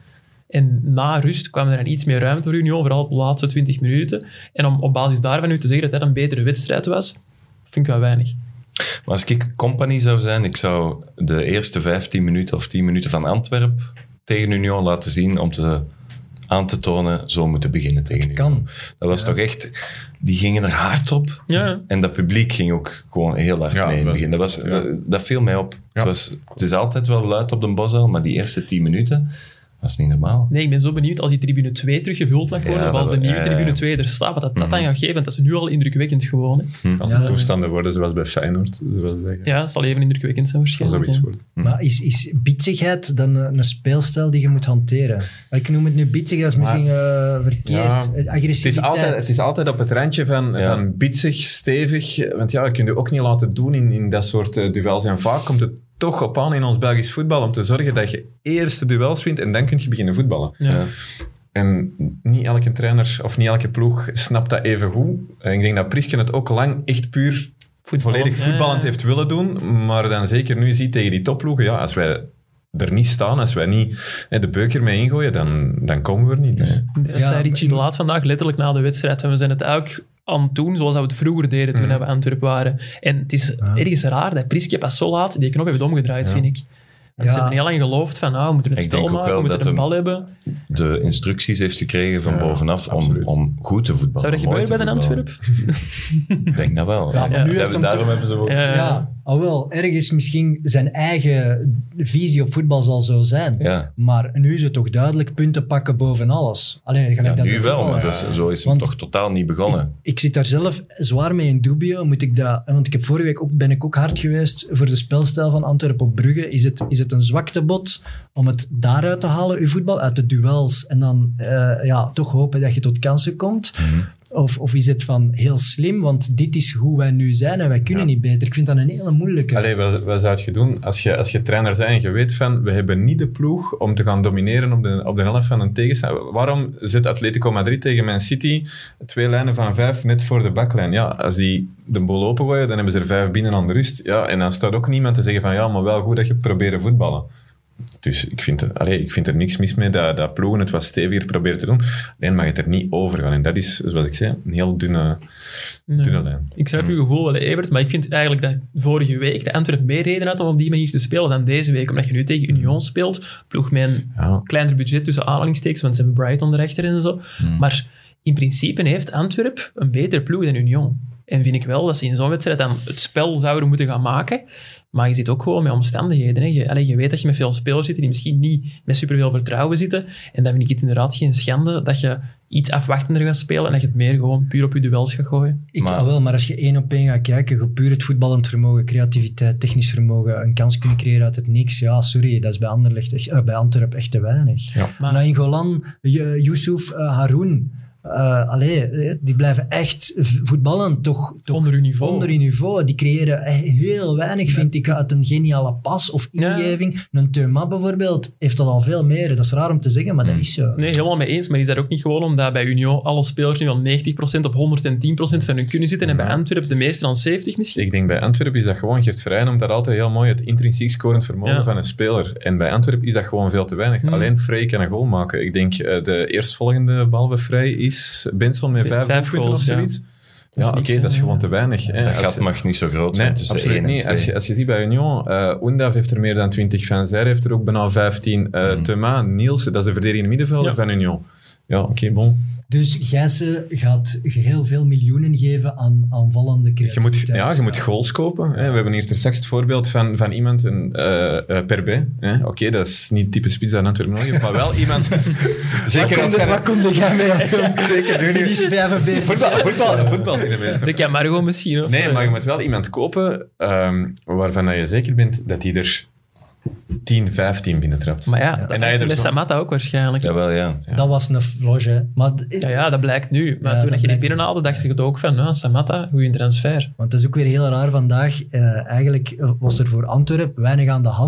En na rust kwam er dan iets meer ruimte voor Union, vooral de laatste 20 minuten. En om op basis daarvan nu te zeggen dat dat een betere wedstrijd was, vind ik wel weinig. Maar als ik Company zou zijn, ik zou de eerste 15 minuten of 10 minuten van Antwerpen tegen Union laten zien om aan te tonen, zo moeten beginnen tegen Union. Kan. Dat was toch echt... Die gingen er hard op. Ja. En dat publiek ging ook gewoon heel hard mee in het begin. Dat viel mij op. Ja. Het is altijd wel luid op de Bosuil, maar die eerste 10 minuten was niet normaal. Nee, ik ben zo benieuwd als die tribune 2 teruggevuld mag worden, Ja, of als de dat- nieuwe ja, tribune ja. 2 er staat, wat dat dan gaat geven, want dat is nu al indrukwekkend gewoon. Hè. Als de toestanden worden zoals bij Feyenoord, zoals ze zeggen. Ja, het zal even indrukwekkend zijn Als waarschijnlijk. zoiets ja. wordt. Maar is bitsigheid dan een speelstijl die je moet hanteren? Ik noem het nu bitsig, dat is misschien verkeerd. Ja, Agressiviteit. het is altijd op het randje van bitsig, stevig. Want ja, dat kun je ook niet laten doen in dat soort duels. En vaak komt het toch op aan in ons Belgisch voetbal om te zorgen dat je eerst de duels wint en dan kun je beginnen voetballen. Ja. En niet elke trainer of niet elke ploeg snapt dat even goed. En ik denk dat Priske het ook lang echt puur volledig voetballend heeft willen doen. Maar dan zeker nu ziet tegen die topploegen, ja, als wij er niet staan, als wij niet de beuker mee ingooien, dan komen we er niet. Dus. Dat zei Richie de Laat vandaag letterlijk na de wedstrijd. En we zijn het ook aan het doen zoals we het vroeger deden toen we Antwerpen waren. En het is ergens raar dat Priske pas zo laat die knop heeft omgedraaid, vind ik. Want ze hebben heel lang geloofd van, we moeten het Ik spel denk ook maken, wel we moeten dat een bal hebben. De instructies heeft gekregen van bovenaf om goed te voetballen. Zou dat om mooi gebeuren bij te de voetballen. Antwerp? Ik denk dat wel. Ja, maar nu heeft hem Daarom toch- hebben ze hem ook... Ja, alhoewel, ergens misschien zijn eigen visie op voetbal zal zo zijn. Ja. Maar nu is het toch duidelijk punten pakken boven alles. Alleen, Ja, nu wel, maar zo is het Want- toch totaal niet begonnen. Ik zit daar zelf zwaar mee in dubio. Moet ik dat, want ik heb vorige week ben ik ook hard geweest voor de spelstijl van Antwerpen op Brugge. Is het een zwaktebod om het daaruit te halen, uw voetbal, uit de duels, en dan toch hopen dat je tot kansen komt? Of is het van heel slim, want dit is hoe wij nu zijn en wij kunnen niet beter? Ik vind dat een hele moeilijke. Allee, wat zou je doen als je trainer bent en je weet van, we hebben niet de ploeg om te gaan domineren op de helft van een tegenstander. Waarom zit Atletico Madrid tegen Man City 2 lijnen van 5 net voor de backlijn? Ja, als die de bal opengooien, dan hebben ze er 5 binnen aan de rust. Ja, en dan staat ook niemand te zeggen van, ja, maar wel goed dat je probeert voetballen. Dus ik vind er niks mis mee dat ploegen het wat steviger proberen te doen. Alleen mag het er niet over gaan. En dat is, zoals ik zei, een heel dunne lijn. Ik snap uw gevoel wel, Evert, maar ik vind eigenlijk dat vorige week de Antwerp meer reden had om op die manier te spelen dan deze week. Omdat je nu tegen Union speelt, ploeg met een kleiner budget tussen aanhalingstekens, want ze hebben Brighton erachter en zo. Maar in principe heeft Antwerp een betere ploeg dan Union. En vind ik wel dat ze in zo'n wedstrijd dan het spel zouden moeten gaan maken. Maar je zit ook gewoon met omstandigheden. Hè. Je weet dat je met veel spelers zit die misschien niet met superveel vertrouwen zitten. En dan vind ik het inderdaad geen schande dat je iets afwachtender gaat spelen en dat je het meer gewoon puur op je duels gaat gooien. Maar als je 1 op 1 gaat kijken, je puur het voetballend vermogen, creativiteit, technisch vermogen, een kans kunnen creëren uit het niks, ja, sorry, dat is bij Antwerp echt te weinig. Ja. Maar- Nainggolan, Youssouf, Haroun, die blijven echt voetballen toch Onder hun niveau. Onder hun niveau. Die creëren heel weinig, vind ik, uit een geniale pas of ingeving. Een Theumas bijvoorbeeld heeft dat al veel meer. Dat is raar om te zeggen, maar dat is zo. Nee, helemaal mee eens. Maar is dat ook niet gewoon omdat bij Union alle spelers nu al 90% of 110% van hun kunnen zitten en bij Antwerpen de meeste dan 70 misschien? Ik denk bij Antwerpen is dat gewoon, Gert Verheyen noemt dat altijd heel mooi, het intrinsiek scorend vermogen van een speler. En bij Antwerpen is dat gewoon veel te weinig. Alleen Frey kan een goal maken. Ik denk de eerstvolgende bal bij Frey is Benson met 5 doelpunten goals, of zoiets. Ja, oké, dat is gewoon te weinig. Hè. Dat gat mag niet zo groot zijn Nee, tussen absoluut 1 en niet. 2. Als je ziet bij Union, Undav heeft er meer dan 20, Van Zijr heeft er ook bijna 15, Theumas, Nielsen, dat is de verdedigende middenvelder van Union. Ja, oké, bon. Dus Gijssen gaat heel veel miljoenen geven aan aanvallende creativiteit. Je moet goals kopen. Hè. We hebben hier straks het voorbeeld van iemand, Perbe. Oké, dat is niet het type spits dat Antwerpen nodig heeft, maar wel iemand... Wat kom jij mee? Zeker nu Die niet. is 45. Voetbal in de meeste. De Camargo misschien, of? Nee, maar je moet wel iemand kopen waarvan je zeker bent dat hij er 10, 15 binnentrapt. Maar ja, dat En had hij ze er met zo- Samatta ook waarschijnlijk. Jawel, ja. Dat was een vloge, hè. Maar, Ja, dat blijkt nu. Maar Ja, toen dat je die blijkt. binnenhaalde, dacht je het ook van, Samatta, goede transfer. Want het is ook weer heel raar vandaag. Eigenlijk was er voor Antwerpen weinig aan de hand.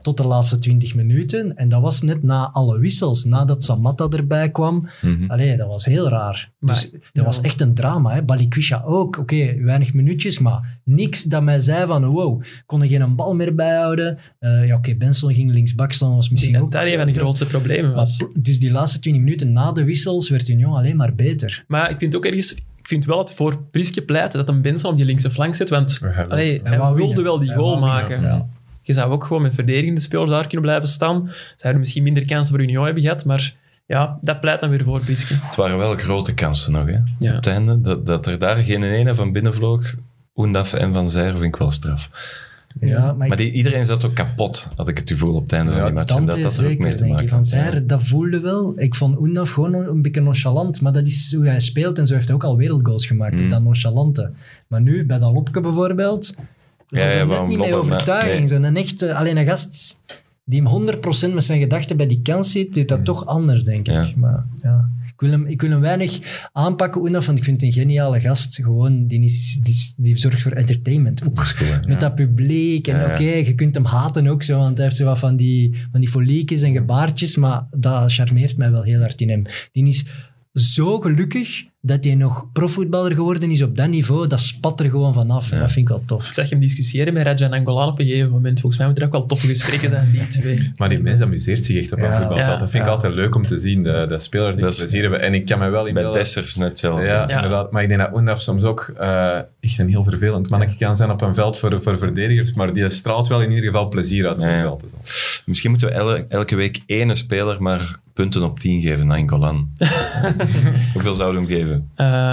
tot de laatste 20 minuten. En dat was net na alle wissels, nadat Samatta erbij kwam. Allee, dat was heel raar. Maar, dus dat was echt een drama. Hè. Balikwisha ook. Oké, weinig minuutjes, maar niks dat mij zei van wow, kon er geen bal meer bijhouden. Benson ging linksbak staan, was misschien ook... daar een van de grootste problemen was. Dus die laatste 20 minuten na de wissels werd Union alleen maar beter. Maar ik vind ook ergens... Ik vind wel het voor Priske pleit dat een Benson op die linkse flank zit, want hij wilde wel die goal maken. Ja. Je zou ook gewoon met verdedigende spelers daar kunnen blijven staan. Zouden misschien minder kansen voor Union hebben gehad, maar ja, dat pleit dan weer voor Priske. Het waren wel grote kansen nog, hè? Ja. Op het einde. Dat er daar geen ene van binnen vloog, Oendaf en Van Zijr, vind ik wel straf. Ja, maar iedereen zat ook kapot, had ik het gevoel op het einde van die match. En Dante dat er ook mee zeker, te denk maken ik. Van had. Zijr, dat voelde wel. Ik vond Oendaf gewoon een beetje nonchalant, maar dat is hoe hij speelt en zo heeft hij ook al wereldgoals gemaakt, dat nonchalante. Maar nu, bij dat Lopke bijvoorbeeld, was er net niet mee overtuiging. Nee. Zo'n echte, alleen een gast die hem 100% met zijn gedachten bij die kans zit, deed dat toch anders, denk ik. Ja. Maar ja... Ik wil hem weinig aanpakken, Oendaf, want ik vind het een geniale gast. Gewoon, die zorgt voor entertainment. Ook Dat is cool, hè? met dat publiek. En oké, je kunt hem haten ook zo, want hij heeft zo wat van die foliekjes en gebaartjes, maar dat charmeert mij wel heel hard in hem. Die is zo gelukkig dat hij nog profvoetballer geworden is op dat niveau. Dat spat er gewoon vanaf. En dat vind ik wel tof. Ik zag hem discussiëren met Raja Nangolan op een gegeven moment. Volgens mij moeten er ook wel toffe gesprekken zijn, die twee. Maar die mens amuseert zich echt op een voetbalveld. Ja. Dat vind ik altijd leuk om te zien. De spelers die plezier hebben. En ik kan me wel Bij inbeelden... Dessers net zelf. Ja, inderdaad. Maar ik denk dat Oendaf soms ook echt een heel vervelend mannetje kan zijn op een veld voor verdedigers. Maar die straalt wel in ieder geval plezier uit op een veld. Misschien moeten we elke week ene speler maar punten op 10 geven, Nangolan. Hoeveel zouden we hem geven?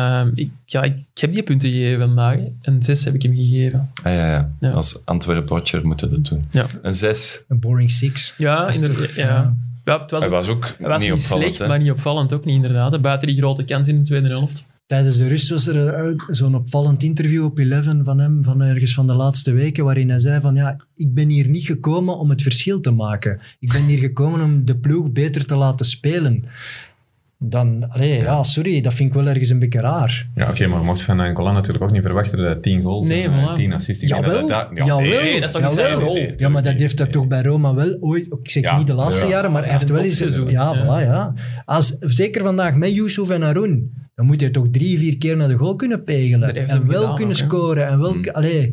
Ik heb die punten gegeven vandaag. Een 6 heb ik hem gegeven. Ja. Ja. Als Antwerp-watcher moeten we dat doen. Ja. Een 6. Een boring six. Ja, inderdaad. Ja. Ja, het was, Hij was ook hij was niet niet opvallend. slecht, Hè? maar niet opvallend ook niet, inderdaad. Buiten die grote kans in de tweede helft. Tijdens de rust was er zo'n opvallend interview op 11 van hem, van ergens van de laatste weken, waarin hij zei van ja, ik ben hier niet gekomen om het verschil te maken. Ik ben hier gekomen om de ploeg beter te laten spelen. Dan, sorry, dat vind ik wel ergens een beetje raar. Ja, oké, maar je mocht van Nangolan natuurlijk ook niet verwachten dat hij 10 goals en voilà. 10 assists... Jawel, nee, dat is toch niet zijn rol? Ja, maar dat heeft hij toch bij Roma wel ooit... Ik zeg niet de laatste jaren, maar hij heeft wel eens... topseizoen. Ja, voilà, ja. Zeker vandaag met Yusuf en Haroun, dan moet hij toch 3-4 keer naar de goal kunnen pegelen. heeft En hem wel gedaan kunnen ook, hè. scoren. En wel...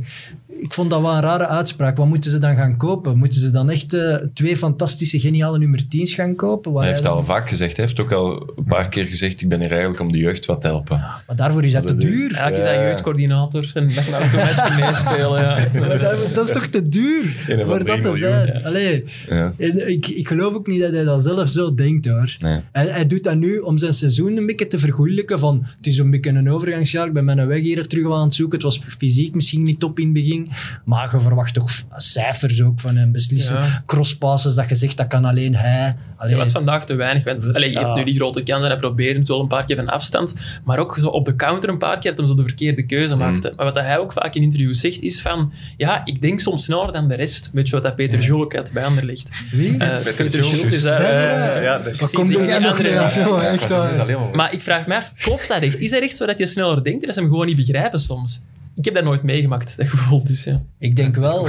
Ik vond dat wel een rare uitspraak. Wat moeten ze dan gaan kopen? Moeten ze dan echt 2 fantastische, geniale nummer 10's gaan kopen? Hij heeft al vaak gezegd, hij heeft ook al een paar keer gezegd, ik ben hier eigenlijk om de jeugd wat te helpen. Maar daarvoor is dat te duur. Eigenlijk is hij jeugdcoördinator en dat kan ook een match meespelen. Ja. Dat is toch te duur Een van voor 3 dat te miljoen. zijn. Allee. Ja. En ik geloof ook niet dat hij dat zelf zo denkt, hoor. Nee. Hij doet dat nu om zijn seizoen een beetje te vergoeilijken. Van, het is een beetje een overgangsjaar. Ik ben mijn weg hier terug aan het zoeken. Het was fysiek misschien niet top in het begin. Maar je verwacht toch cijfers ook van hem. Beslissen. Ja. Crosspasses, dat je zegt, dat kan alleen hij. Dat was vandaag te weinig. Want, je hebt nu die grote kans en hij probeerde het wel een paar keer van afstand. Maar ook zo op de counter een paar keer dat hij zo de verkeerde keuze maakte. Maar wat hij ook vaak in interviews zegt, is van... Ja, ik denk soms sneller dan de rest. Weet je wat dat Peter Jolk uit bij Anderlecht? Wie? Peter Jolk is daar... Wat komt er jij nog mee af, jongen? Echt waar. Maar ik vraag me af, klopt dat echt? Is dat echt zo dat je sneller denkt en dat ze hem gewoon niet begrijpen soms? Ik heb dat nooit meegemaakt, dat gevoel. Dus, ja. Ik denk wel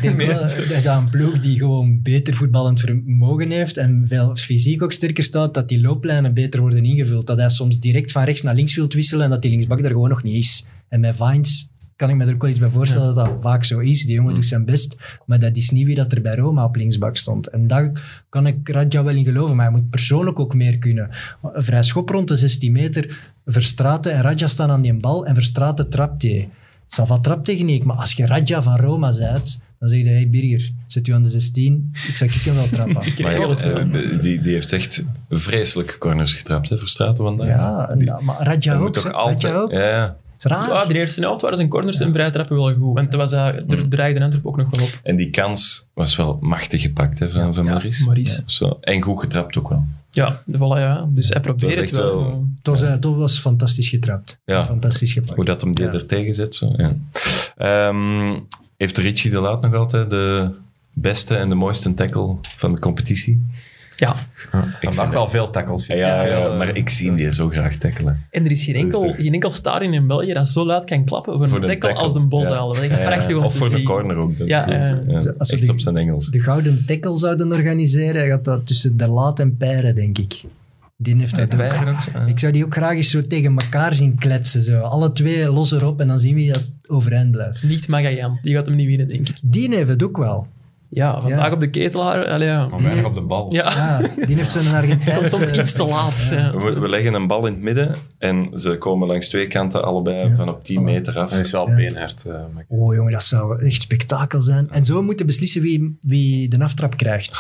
dat een ploeg die gewoon beter voetballend vermogen heeft en veel fysiek ook sterker staat, dat die looplijnen beter worden ingevuld. Dat hij soms direct van rechts naar links wilt wisselen en dat die linksbak er gewoon nog niet is. En met Vines kan ik me er ook wel iets bij voorstellen dat dat vaak zo is. Die jongen doet zijn best, maar dat is niet wie dat er bij Roma op linksbak stond. En daar kan ik Radja wel in geloven, maar hij moet persoonlijk ook meer kunnen. Een vrij schop rond de 16 meter, Verstraeten en Radja staan aan die bal en Verstraeten trapt die. Salva traptechniek, maar als je Radja van Roma bent, dan zeg je, hey Birger, zet u aan de 16, ik zag hem wel trappen. Maar die heeft echt vreselijke corners getrapt, hè, Verstraeten vandaag. Ja, maar Radja ook. Toch Radja altijd... ook. Ja. Is raar. Ja, de eerste helft waren zijn corners en vrije trappen wel goed. Want er dreigde Antwerp ook nog wel op. En die kans was wel machtig gepakt hè, van Maurice. Maurice. Zo. En goed getrapt ook wel. Ja, ja. Dus hij probeert Dat is het echt wel. Het was fantastisch getrapt. Ja. Fantastisch gepakt. Hoe dat hem die er tegen zet. Zo. Ja. Heeft Richie de Laat nog altijd de beste en de mooiste tackle van de competitie? Ja. Vandaag wel veel tackles. Ja, maar ik zie die zo graag tackelen. En er is geen enkel stadion in België dat zo luid kan klappen voor een tackle als de Bosuil. Dat is echt prachtig om te Of voor zien. de corner ook. Dat Ja, is Als we echt op zijn Engels. de gouden tackle zouden organiseren, gaat dat tussen De Laat en Peyre, denk ik. Die heeft dat ook. Ik zou die ook graag eens zo tegen elkaar zien kletsen. Zo. Alle twee los erop en dan zien we wie dat overeind blijft. Niet Magajan, die gaat hem niet winnen, denk ik. Die heeft het ook wel. Ja, vandaag op de ketelaar. Allee, ja. Maar weinig op de bal. Ja, Ja, die heeft zo'n komt Argentijnse... soms iets te laat. Ja. We leggen een bal in het midden en ze komen langs twee kanten allebei van op 10 meter af. Dat is wel beenhard. Oh jongen, dat zou echt spektakel zijn. En zo moeten beslissen wie de aftrap krijgt.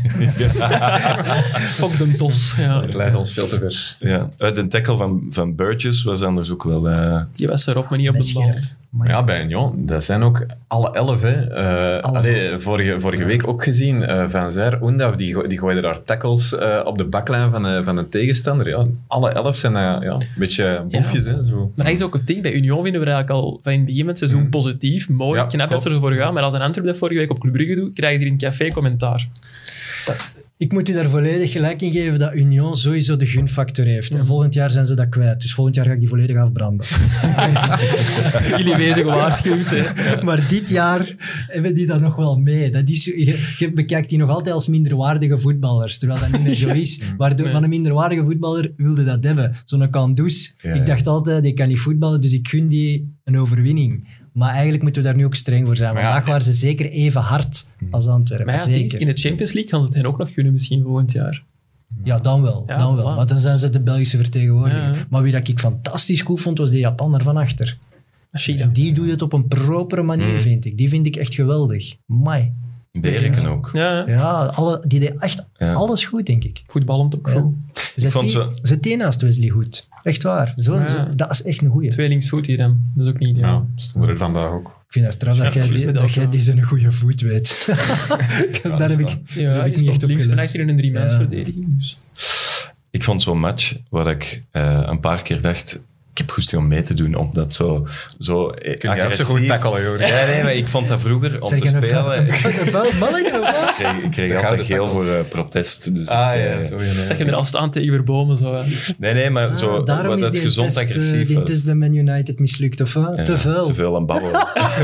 Fuck de tos. Ja. Het leidt ons veel te ver. Ja. De tackle van Burgess was anders ook wel... Die was erop, maar niet op Met de bal. scherp. Maar Maar ja, bij Union, dat zijn ook alle 11. Hè. Allemaal. Vorige week ook gezien, Van Zijr, Oendaf, die gooiden daar tackles op de baklijn van een tegenstander. Ja, alle 11 zijn een beetje boefjes. Hè, zo. Maar dat is ook het ding. Bij Union vinden we dat eigenlijk al van in het begin van het seizoen positief. Mooi, Ja, knap dat klopt. ze ervoor gaan. Maar als een Antwerp dat vorige week op Club Brugge doet, krijgen ze hier in het café commentaar. ik moet u daar volledig gelijk in geven dat Union sowieso de gunfactor heeft. En volgend jaar zijn ze dat kwijt. Dus volgend jaar ga ik die volledig afbranden. Jullie wezen gewaarschuwd. Hè. Maar dit jaar hebben die dat nog wel mee. Dat is, je bekijkt die nog altijd als minderwaardige voetballers, terwijl dat niet meer zo is. Waardoor van een minderwaardige voetballer wilde dat hebben. Zo'n Kandus. Ja, Ik dacht altijd, die kan niet voetballen, dus ik gun die een overwinning. Maar eigenlijk moeten we daar nu ook streng voor zijn. Maar ja, Vandaag waren ze zeker even hard als Antwerpen. Maar ja, het ding is, zeker. in de Champions League gaan ze het hen ook nog gunnen misschien volgend jaar. Ja, dan wel. Ja, dan wel. voilà. Maar dan zijn ze de Belgische vertegenwoordiger. Ja. Maar wie dat ik fantastisch goed vond, was de Japaner van achter. Machida. En die doet het op een propere manier, vind ik. Die vind ik echt geweldig. Mai. Bereken ook. Ja, Ja, die deed echt alles goed, denk ik. voetballend ook goed. Zet die naast Wesley goed. Echt waar. Ja. Dat is echt een goeie. Twee linksvoet hier dan. Dat is ook niet ideaal. Ja, stonden er vandaag ook. Ik vind het straf dat jij juist met dat jij elkaar. die zijn goede voet weet. Daar heb ik, daar Ja, heb je ik niet stond echt op links van gelet. achter in een 3-mansverdediging. Dus. Ik vond zo'n match waar ik een paar keer dacht... Ik heb goesting om mee te doen, omdat zo Kun je ook zo agressief... goed tackelen, joh. Ja, nee, maar ik vond dat vroeger om Zeg te je een spelen... Een vuil mannetje of wat? Ik kreeg altijd gouden geel tackle. voor protest. Dus Ah ik, ja, sorry. Nee. Zag je er al staan tegen Verbomen? Zo, hè. Nee, maar zo Daarom wat is het die gezond test, agressief die was. test bij Man United mislukt, of wat? Ja, Te veel. Te veel aan babbelen.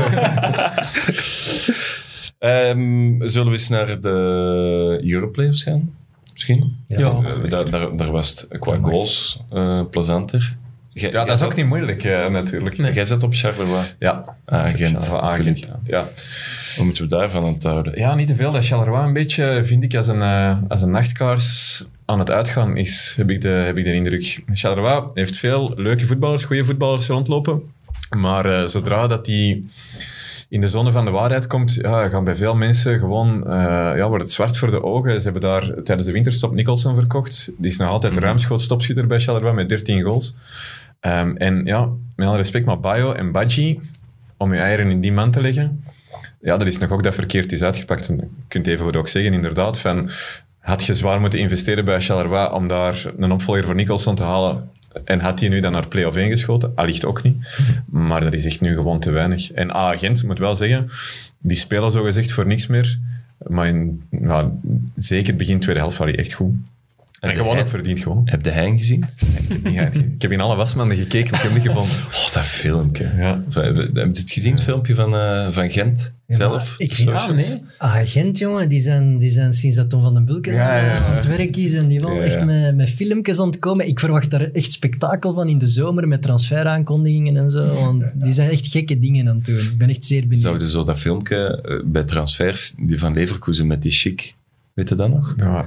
Zullen we eens naar de Europlayoffs gaan? Misschien? Ja. Daar was het qua goals plezanter. Ja, dat is ook niet moeilijk, natuurlijk. Nee. Jij zit op Charleroi. Ja. Gent. Gent. Ja. Wat moeten we daarvan aan het houden? Ja, niet te veel. Dat Charleroi een beetje, vind ik, als een nachtkaars aan het uitgaan is, heb ik de indruk. Charleroi heeft veel leuke voetballers, goede voetballers rondlopen. Maar zodra dat die in de zone van de waarheid komt, gaan bij veel mensen gewoon, wordt het zwart voor de ogen. Ze hebben daar tijdens de winterstop Nicholson verkocht. Die is nog altijd ruimschoots topschutter bij Charleroi met 13 goals. En ja, met alle respect, maar Bayo en Badji, om je eieren in die man te leggen, ja, dat is nog ook dat verkeerd is uitgepakt. En je kunt even ook zeggen, inderdaad, van, had je zwaar moeten investeren bij Charleroi om daar een opvolger voor Nicholson te halen, en had hij nu dan naar play-off 1 geschoten? Allicht ook niet. Maar dat is echt nu gewoon te weinig. En Gent, moet wel zeggen, die spelen zogezegd voor niks meer. Maar zeker het begin tweede helft was hij echt goed. En gewoon ook verdiend gewoon. Heb de Hein gezien? Ik heb in alle wasmanden gekeken, maar ik heb hem niet gevonden. Oh, dat filmpje. Ja. Heb je het gezien, het filmpje van Gent zelf? Ik vind Socials? Gent, jongen, die zijn sinds dat Tom van den Bulke aan het werk is en die wel echt met filmpjes aan het komen. Ik verwacht daar echt spektakel van in de zomer met transferaankondigingen en zo, want die zijn echt gekke dingen aan het doen. Ik ben echt zeer benieuwd. Zouden zo dat filmpje bij transfers, die van Leverkusen met die chic, weet je dat nog? Ja,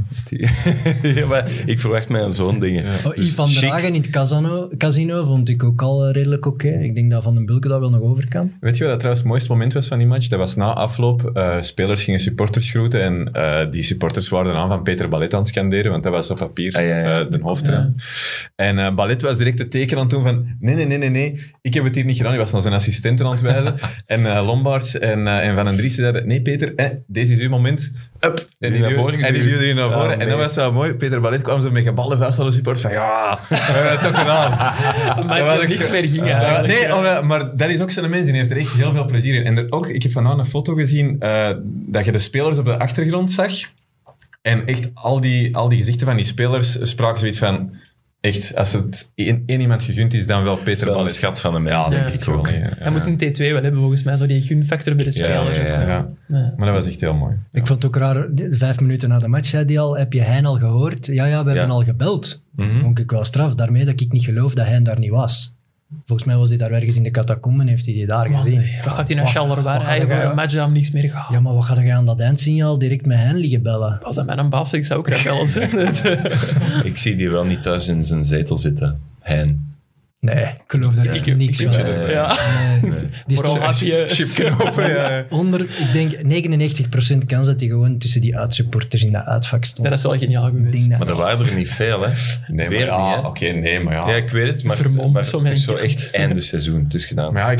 Ja, maar ik verwacht mij aan zo'n dingen. Oh, Dus Yves van der chic. Hagen in het casino vond ik ook al redelijk oké. Ik denk dat Van den Bulke dat wel nog over kan. Weet je wat dat trouwens het mooiste moment was van die match? Dat was na afloop. Spelers gingen supporters groeten en die supporters waren aan van Peter Ballet aan het scanderen, want dat was op papier de hoofdtrainer. En Ballet was direct het teken aan het doen van nee, ik heb het hier niet gedaan. Hij was naar zijn assistenten aan het wijzen. En Lombaerts en Van den Driessen zeiden, nee Peter, deze is uw moment. Up. En die naar voren duwde erin naar voren. En dat was wel mooi. Peter Ballet kwam zo met gebalde vuist aan de supporters van toch gedaan. Maar dat niks meer ging eigenlijk. Maar dat is ook zo'n mens, die heeft er echt heel veel plezier in. En ik heb vanavond een foto gezien dat je de spelers op de achtergrond zag. En echt, al die gezichten van die spelers spraken zoiets van... Echt, als het één iemand gegund is, dan wel Het Peter is wel een Ballet. schat van een mens, Ja, denk ik ook. Hij moet een T2 wel hebben, volgens mij. Zo die gunfactor bij de spelers. ja, ja. Ja. Ja. Maar dat was echt heel mooi. Ik vond het ook raar, 5 minuten na de match zei hij al, heb je Hein al gehoord? Ja, we hebben al gebeld. Vond ik wel straf, daarmee dat ik niet geloof dat Hein daar niet was. Volgens mij was hij daar ergens in de catacomben, heeft hij die daar Man, gezien. nee. Wat gaat hij naar Charleroi wat rijden ga voor jij- een match aan niks meer gaan? Ja, maar wat ga je aan dat eindsignaal direct met Hein liggen bellen? Als dat mijn baas, ik zou ook graag wel eens. Ik zie die wel niet thuis in zijn zetel zitten. Hein. Nee, ik geloof daar echt niks van. Ja. Nee. Die Vooral stond als je... Chipknopen, ja. onder, ik denk 99% kans dat hij gewoon tussen die uitsupporters in dat uitvak stond. Dat is wel geniaal Ik geweest. denk dat- Maar er waren er niet veel, hè? Nee, Weer maar ja, niet, hè? oké, nee, maar ja. Ja, ik weet het, maar, Vermomd, maar zo het is zo mijn echt einde seizoen. Het is gedaan. Maar ja,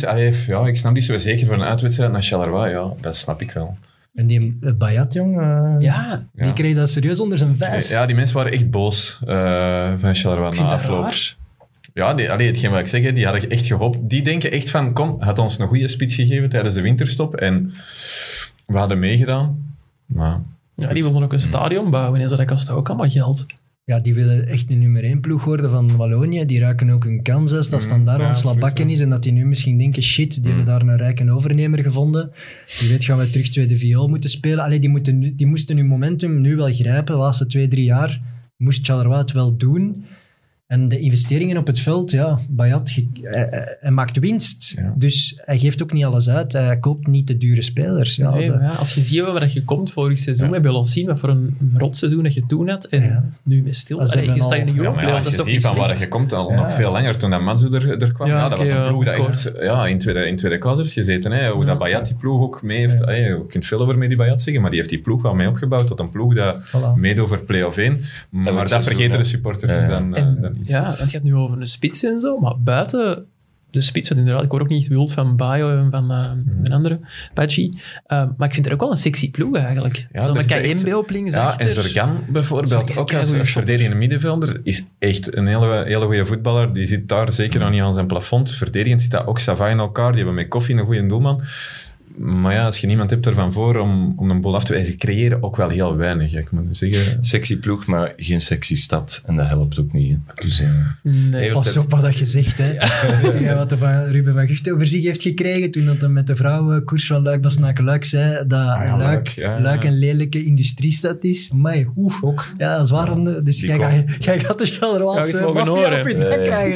ik snap die zo zeker voor een uitwedstrijd naar Charleroi. Ja, dat snap ik wel. En die Bayat, jong, Ja, die Ja. kreeg dat serieus onder zijn vijs. Ja, die mensen waren echt boos van Charleroi ik na vind dat afloop. raar. Ja, hetgeen wat ik zeg, hè, die hadden echt gehoopt. Die denken echt van, kom, had ons een goede spits gegeven tijdens de winterstop. En we hadden meegedaan. Maar Ja, die wilden ook een stadion bouwen en zo, dat kost ook allemaal geld. Ja, die willen echt de nummer 1 ploeg worden van Wallonië. Die ruiken ook een kans als dat standaard ja, aan het slabakken absoluut, is en dat die nu misschien denken, shit, die hebben daar een rijke overnemer gevonden. Die weet, gaan we terug tweede viool moeten spelen. Allee, die moesten hun momentum nu wel grijpen. De laatste 2-3 jaar moest Charleroi het wel doen. En de investeringen op het veld, ja, Bayat, hij maakt winst. Ja. Dus hij geeft ook niet alles uit. Hij koopt niet de dure spelers. Ja, Nee, maar ja, als je ziet waar dat je komt vorig seizoen, Ja. hebben we al zien wat voor een rotseizoen dat je toen had. En Ja. nu met stil. Maar ze Allee, je hebben staat in de al- ja, Europa maar ja, dat als is je toch ziet niet van waar slecht. je komt, al Ja. nog veel langer, toen dat Matsu er kwam, Ja, dat oké, was een ploeg dat kort. echt in tweede klas heeft gezeten. Hè. Hoe dat Bayat die ploeg ook mee heeft. Je kunt veel over mee die Bayat zeggen, maar die heeft die ploeg wel mee opgebouwd tot een ploeg dat Voilà. meedoet over play-off 1. Maar dat seizoen, vergeten hè. de supporters Ja. dan En, iets. ja, het gaat nu over een spits en zo, maar buiten de spits, want inderdaad, ik hoor ook niet wild van Bayo en van een andere, Pachi. Maar ik vind het ook wel een sexy ploeg eigenlijk. Ja, zo er met zit echt- Kayembe op links Ja, achter. en Zorgan bijvoorbeeld, Zorgan, ook keigoeie als shot. verdedigende middenvelder, is echt een hele goede voetballer. Die zit daar zeker nog niet aan zijn plafond. Verdedigend zit dat ook Sava in elkaar. Die hebben met Koffie een goede doelman. Maar ja, als je niemand hebt ervan voor om een bal af te wijzen, ze creëren ook wel heel weinig. Ik moet zeggen. Sexy ploeg, maar geen sexy stad. En dat helpt ook niet. Hè. Dus, Nee. Evert- Pas op wat dat je zegt, hè. Weet je wat er van Ruben van Gucht over zich heeft gekregen toen dat hij met de vrouwenkoers van Luik-Bastenaken-Luik zei dat ja, Luik, Luik, ja. Luik een lelijke industriestad is. Amai, oef. Ook. Ja, dat is waarom. Dus Die jij gaat de Charleroi Ga ik mogen maffia horen. op je dak krijgen.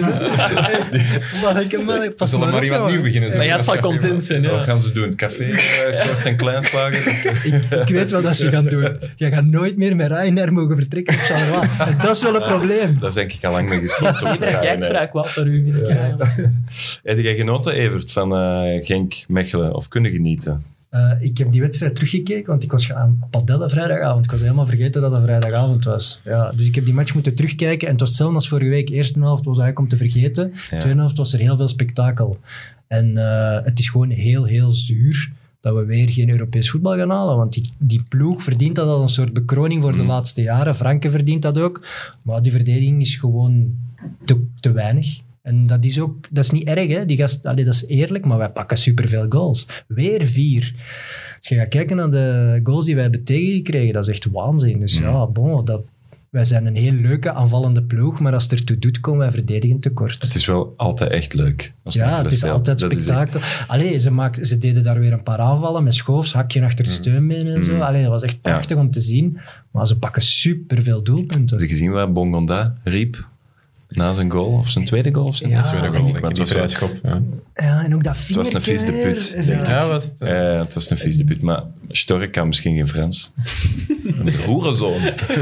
Hè. We zullen maar iemand nieuw beginnen. Maar ja, het zal content zijn. Wat Ja. gaan ze doen? Het café kort en klein slagen? Ik weet wat dat ze gaan doen. Jij gaat nooit meer met Ryanair mogen vertrekken op Charleroi. En dat is wel een probleem. Dat is denk ik al lang mee gestopt. Iedereen kijkt vrij kwaad naar u. vind ik, ja. Heb jij genoten, Evert, van Genk, Mechelen? Of kunnen genieten? Ik heb die wedstrijd teruggekeken, want ik was gaan padellen vrijdagavond. Ik was helemaal vergeten dat het vrijdagavond was. Ja, dus ik heb die match moeten terugkijken. En het was hetzelfde als vorige week. De eerste helft was eigenlijk om te vergeten. De tweede helft was er heel veel spektakel. En het is gewoon heel zuur dat we weer geen Europees voetbal gaan halen. Want die ploeg verdient dat als een soort bekroning voor de laatste jaren. Franke verdient dat ook. Maar die verdediging is gewoon te weinig. En dat is niet erg, hè. Die gast, dat is eerlijk, maar wij pakken superveel goals. Weer 4. Als je gaat kijken naar de goals die wij hebben tegengekregen, dat is echt waanzin. Dus ja, bon, wij zijn een heel leuke aanvallende ploeg, maar als het ertoe doet, komen wij verdedigend tekort. Het is wel altijd echt leuk. Als Ja, Mechelen het is speelt. altijd Dat is spektakel. Allee, ze deden daar weer een paar aanvallen met Schoofs, hakje achter de steunbeen en zo. Allee, dat was echt prachtig om te zien. Maar ze pakken superveel doelpunten. Heb je gezien wat Bongonda riep na zijn goal? Of zijn tweede goal? Of zijn Ja, tweede en goal? die- Maar het Die was wel- vrijschop. Ja. Ja, en ook dat Het was een vies vingertje debuut, weer. denk ik. Ja, was het. het was een vies debuut, maar Stork kan misschien geen Frans. Een hoerenzoon.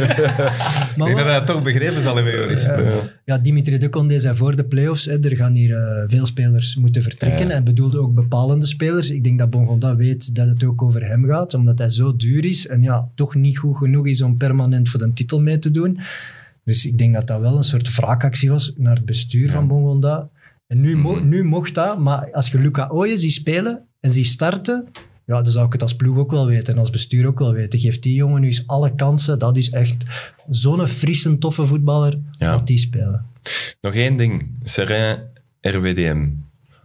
Maar Ik denk wat- dat hij het toch begrepen zal hebben, Joris. Ja, Dimitri de Condé zei voor de play-offs, hè, er gaan hier veel spelers moeten vertrekken. Ja. Hij bedoelde ook bepalende spelers. Ik denk dat Bongonda weet dat het ook over hem gaat, omdat hij zo duur is en ja, toch niet goed genoeg is om permanent voor de titel mee te doen. Dus ik denk dat dat wel een soort wraakactie was naar het bestuur van Bongonda. En nu mocht dat, maar als je Luca Ooyen ziet spelen en ziet starten, ja, dan zou ik het als ploeg ook wel weten en als bestuur ook wel weten. Geeft die jongen nu eens alle kansen. Dat is echt zo'n frisse, toffe voetballer. Ja. Laat die spelen. Nog één ding. Serrain, RWDM.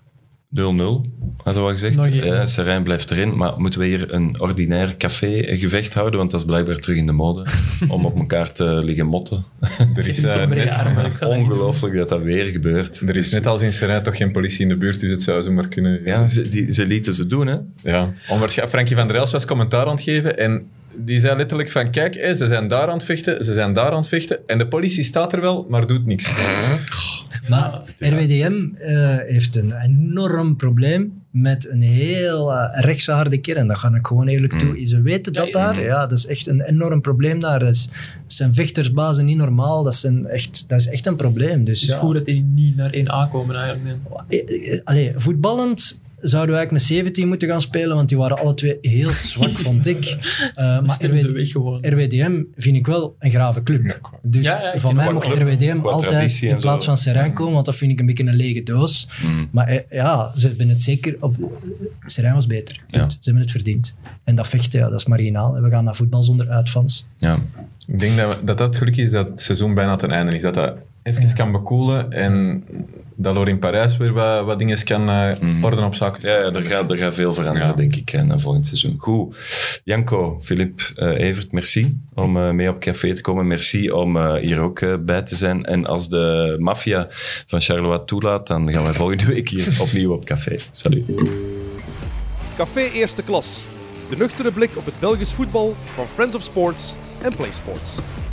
hadden we al gezegd. Nog één. Serijn blijft erin, maar moeten we hier een ordinair café-gevecht houden? Want dat is blijkbaar terug in de mode, om op elkaar te liggen motten. Er is, Sombere armen, ik ga dat niet doen. Ongelooflijk dat weer gebeurt. er is net als in Serijn toch geen politie in de buurt, dus het zou zo maar kunnen. Ja, ze lieten ze doen, hè. Ja. Onwaarschijnlijk. Frankie van der Elst was commentaar aan het geven en die zei letterlijk van, kijk, ze zijn daar aan het vechten, ze zijn daar aan het vechten en de politie staat er wel, maar doet niks. Maar RWDM heeft een enorm probleem met een heel rechtse harde kern. Dat ga ik gewoon eerlijk toe. Ze weten dat daar. Ja, dat is echt een enorm probleem daar. Dat zijn vechtersbazen niet normaal. Dat is echt een probleem. Dus, Het is goed dat die niet naar 1A komen eigenlijk. Nee. Allee, voetballend zouden we eigenlijk met 17 moeten gaan spelen, want die waren alle twee heel zwak, vond ik. Maar Stemmen ze weg gewoon. RWDM vind ik wel een grave club. Dus Ja, ik van vind mij ook mocht wel RWDM qua altijd traditie in en plaats zo. van Serijn komen, want dat vind ik een beetje een lege doos. Maar ja, ze hebben het zeker... Serijn was beter. Ja. Ze hebben het verdiend. En dat vechten, ja, dat is marginaal. We gaan naar voetbal zonder uitfans. Ja. Ik denk dat het geluk is dat het seizoen bijna ten einde is. Dat dat even kan bekoelen en dat Lor in Parijs weer wat dingen kan orde op zaken stellen. Ja, er gaat veel veranderen, denk ik, na volgend seizoen. Goed. Janko, Filip, Evert, merci om mee op café te komen. Merci om hier ook bij te zijn. En als de maffia van Charleroi toelaat, dan gaan we volgende week hier opnieuw op café. Salut. Café Eerste Klas. De nuchtere blik op het Belgisch voetbal van Friends of Sports en Play Sports.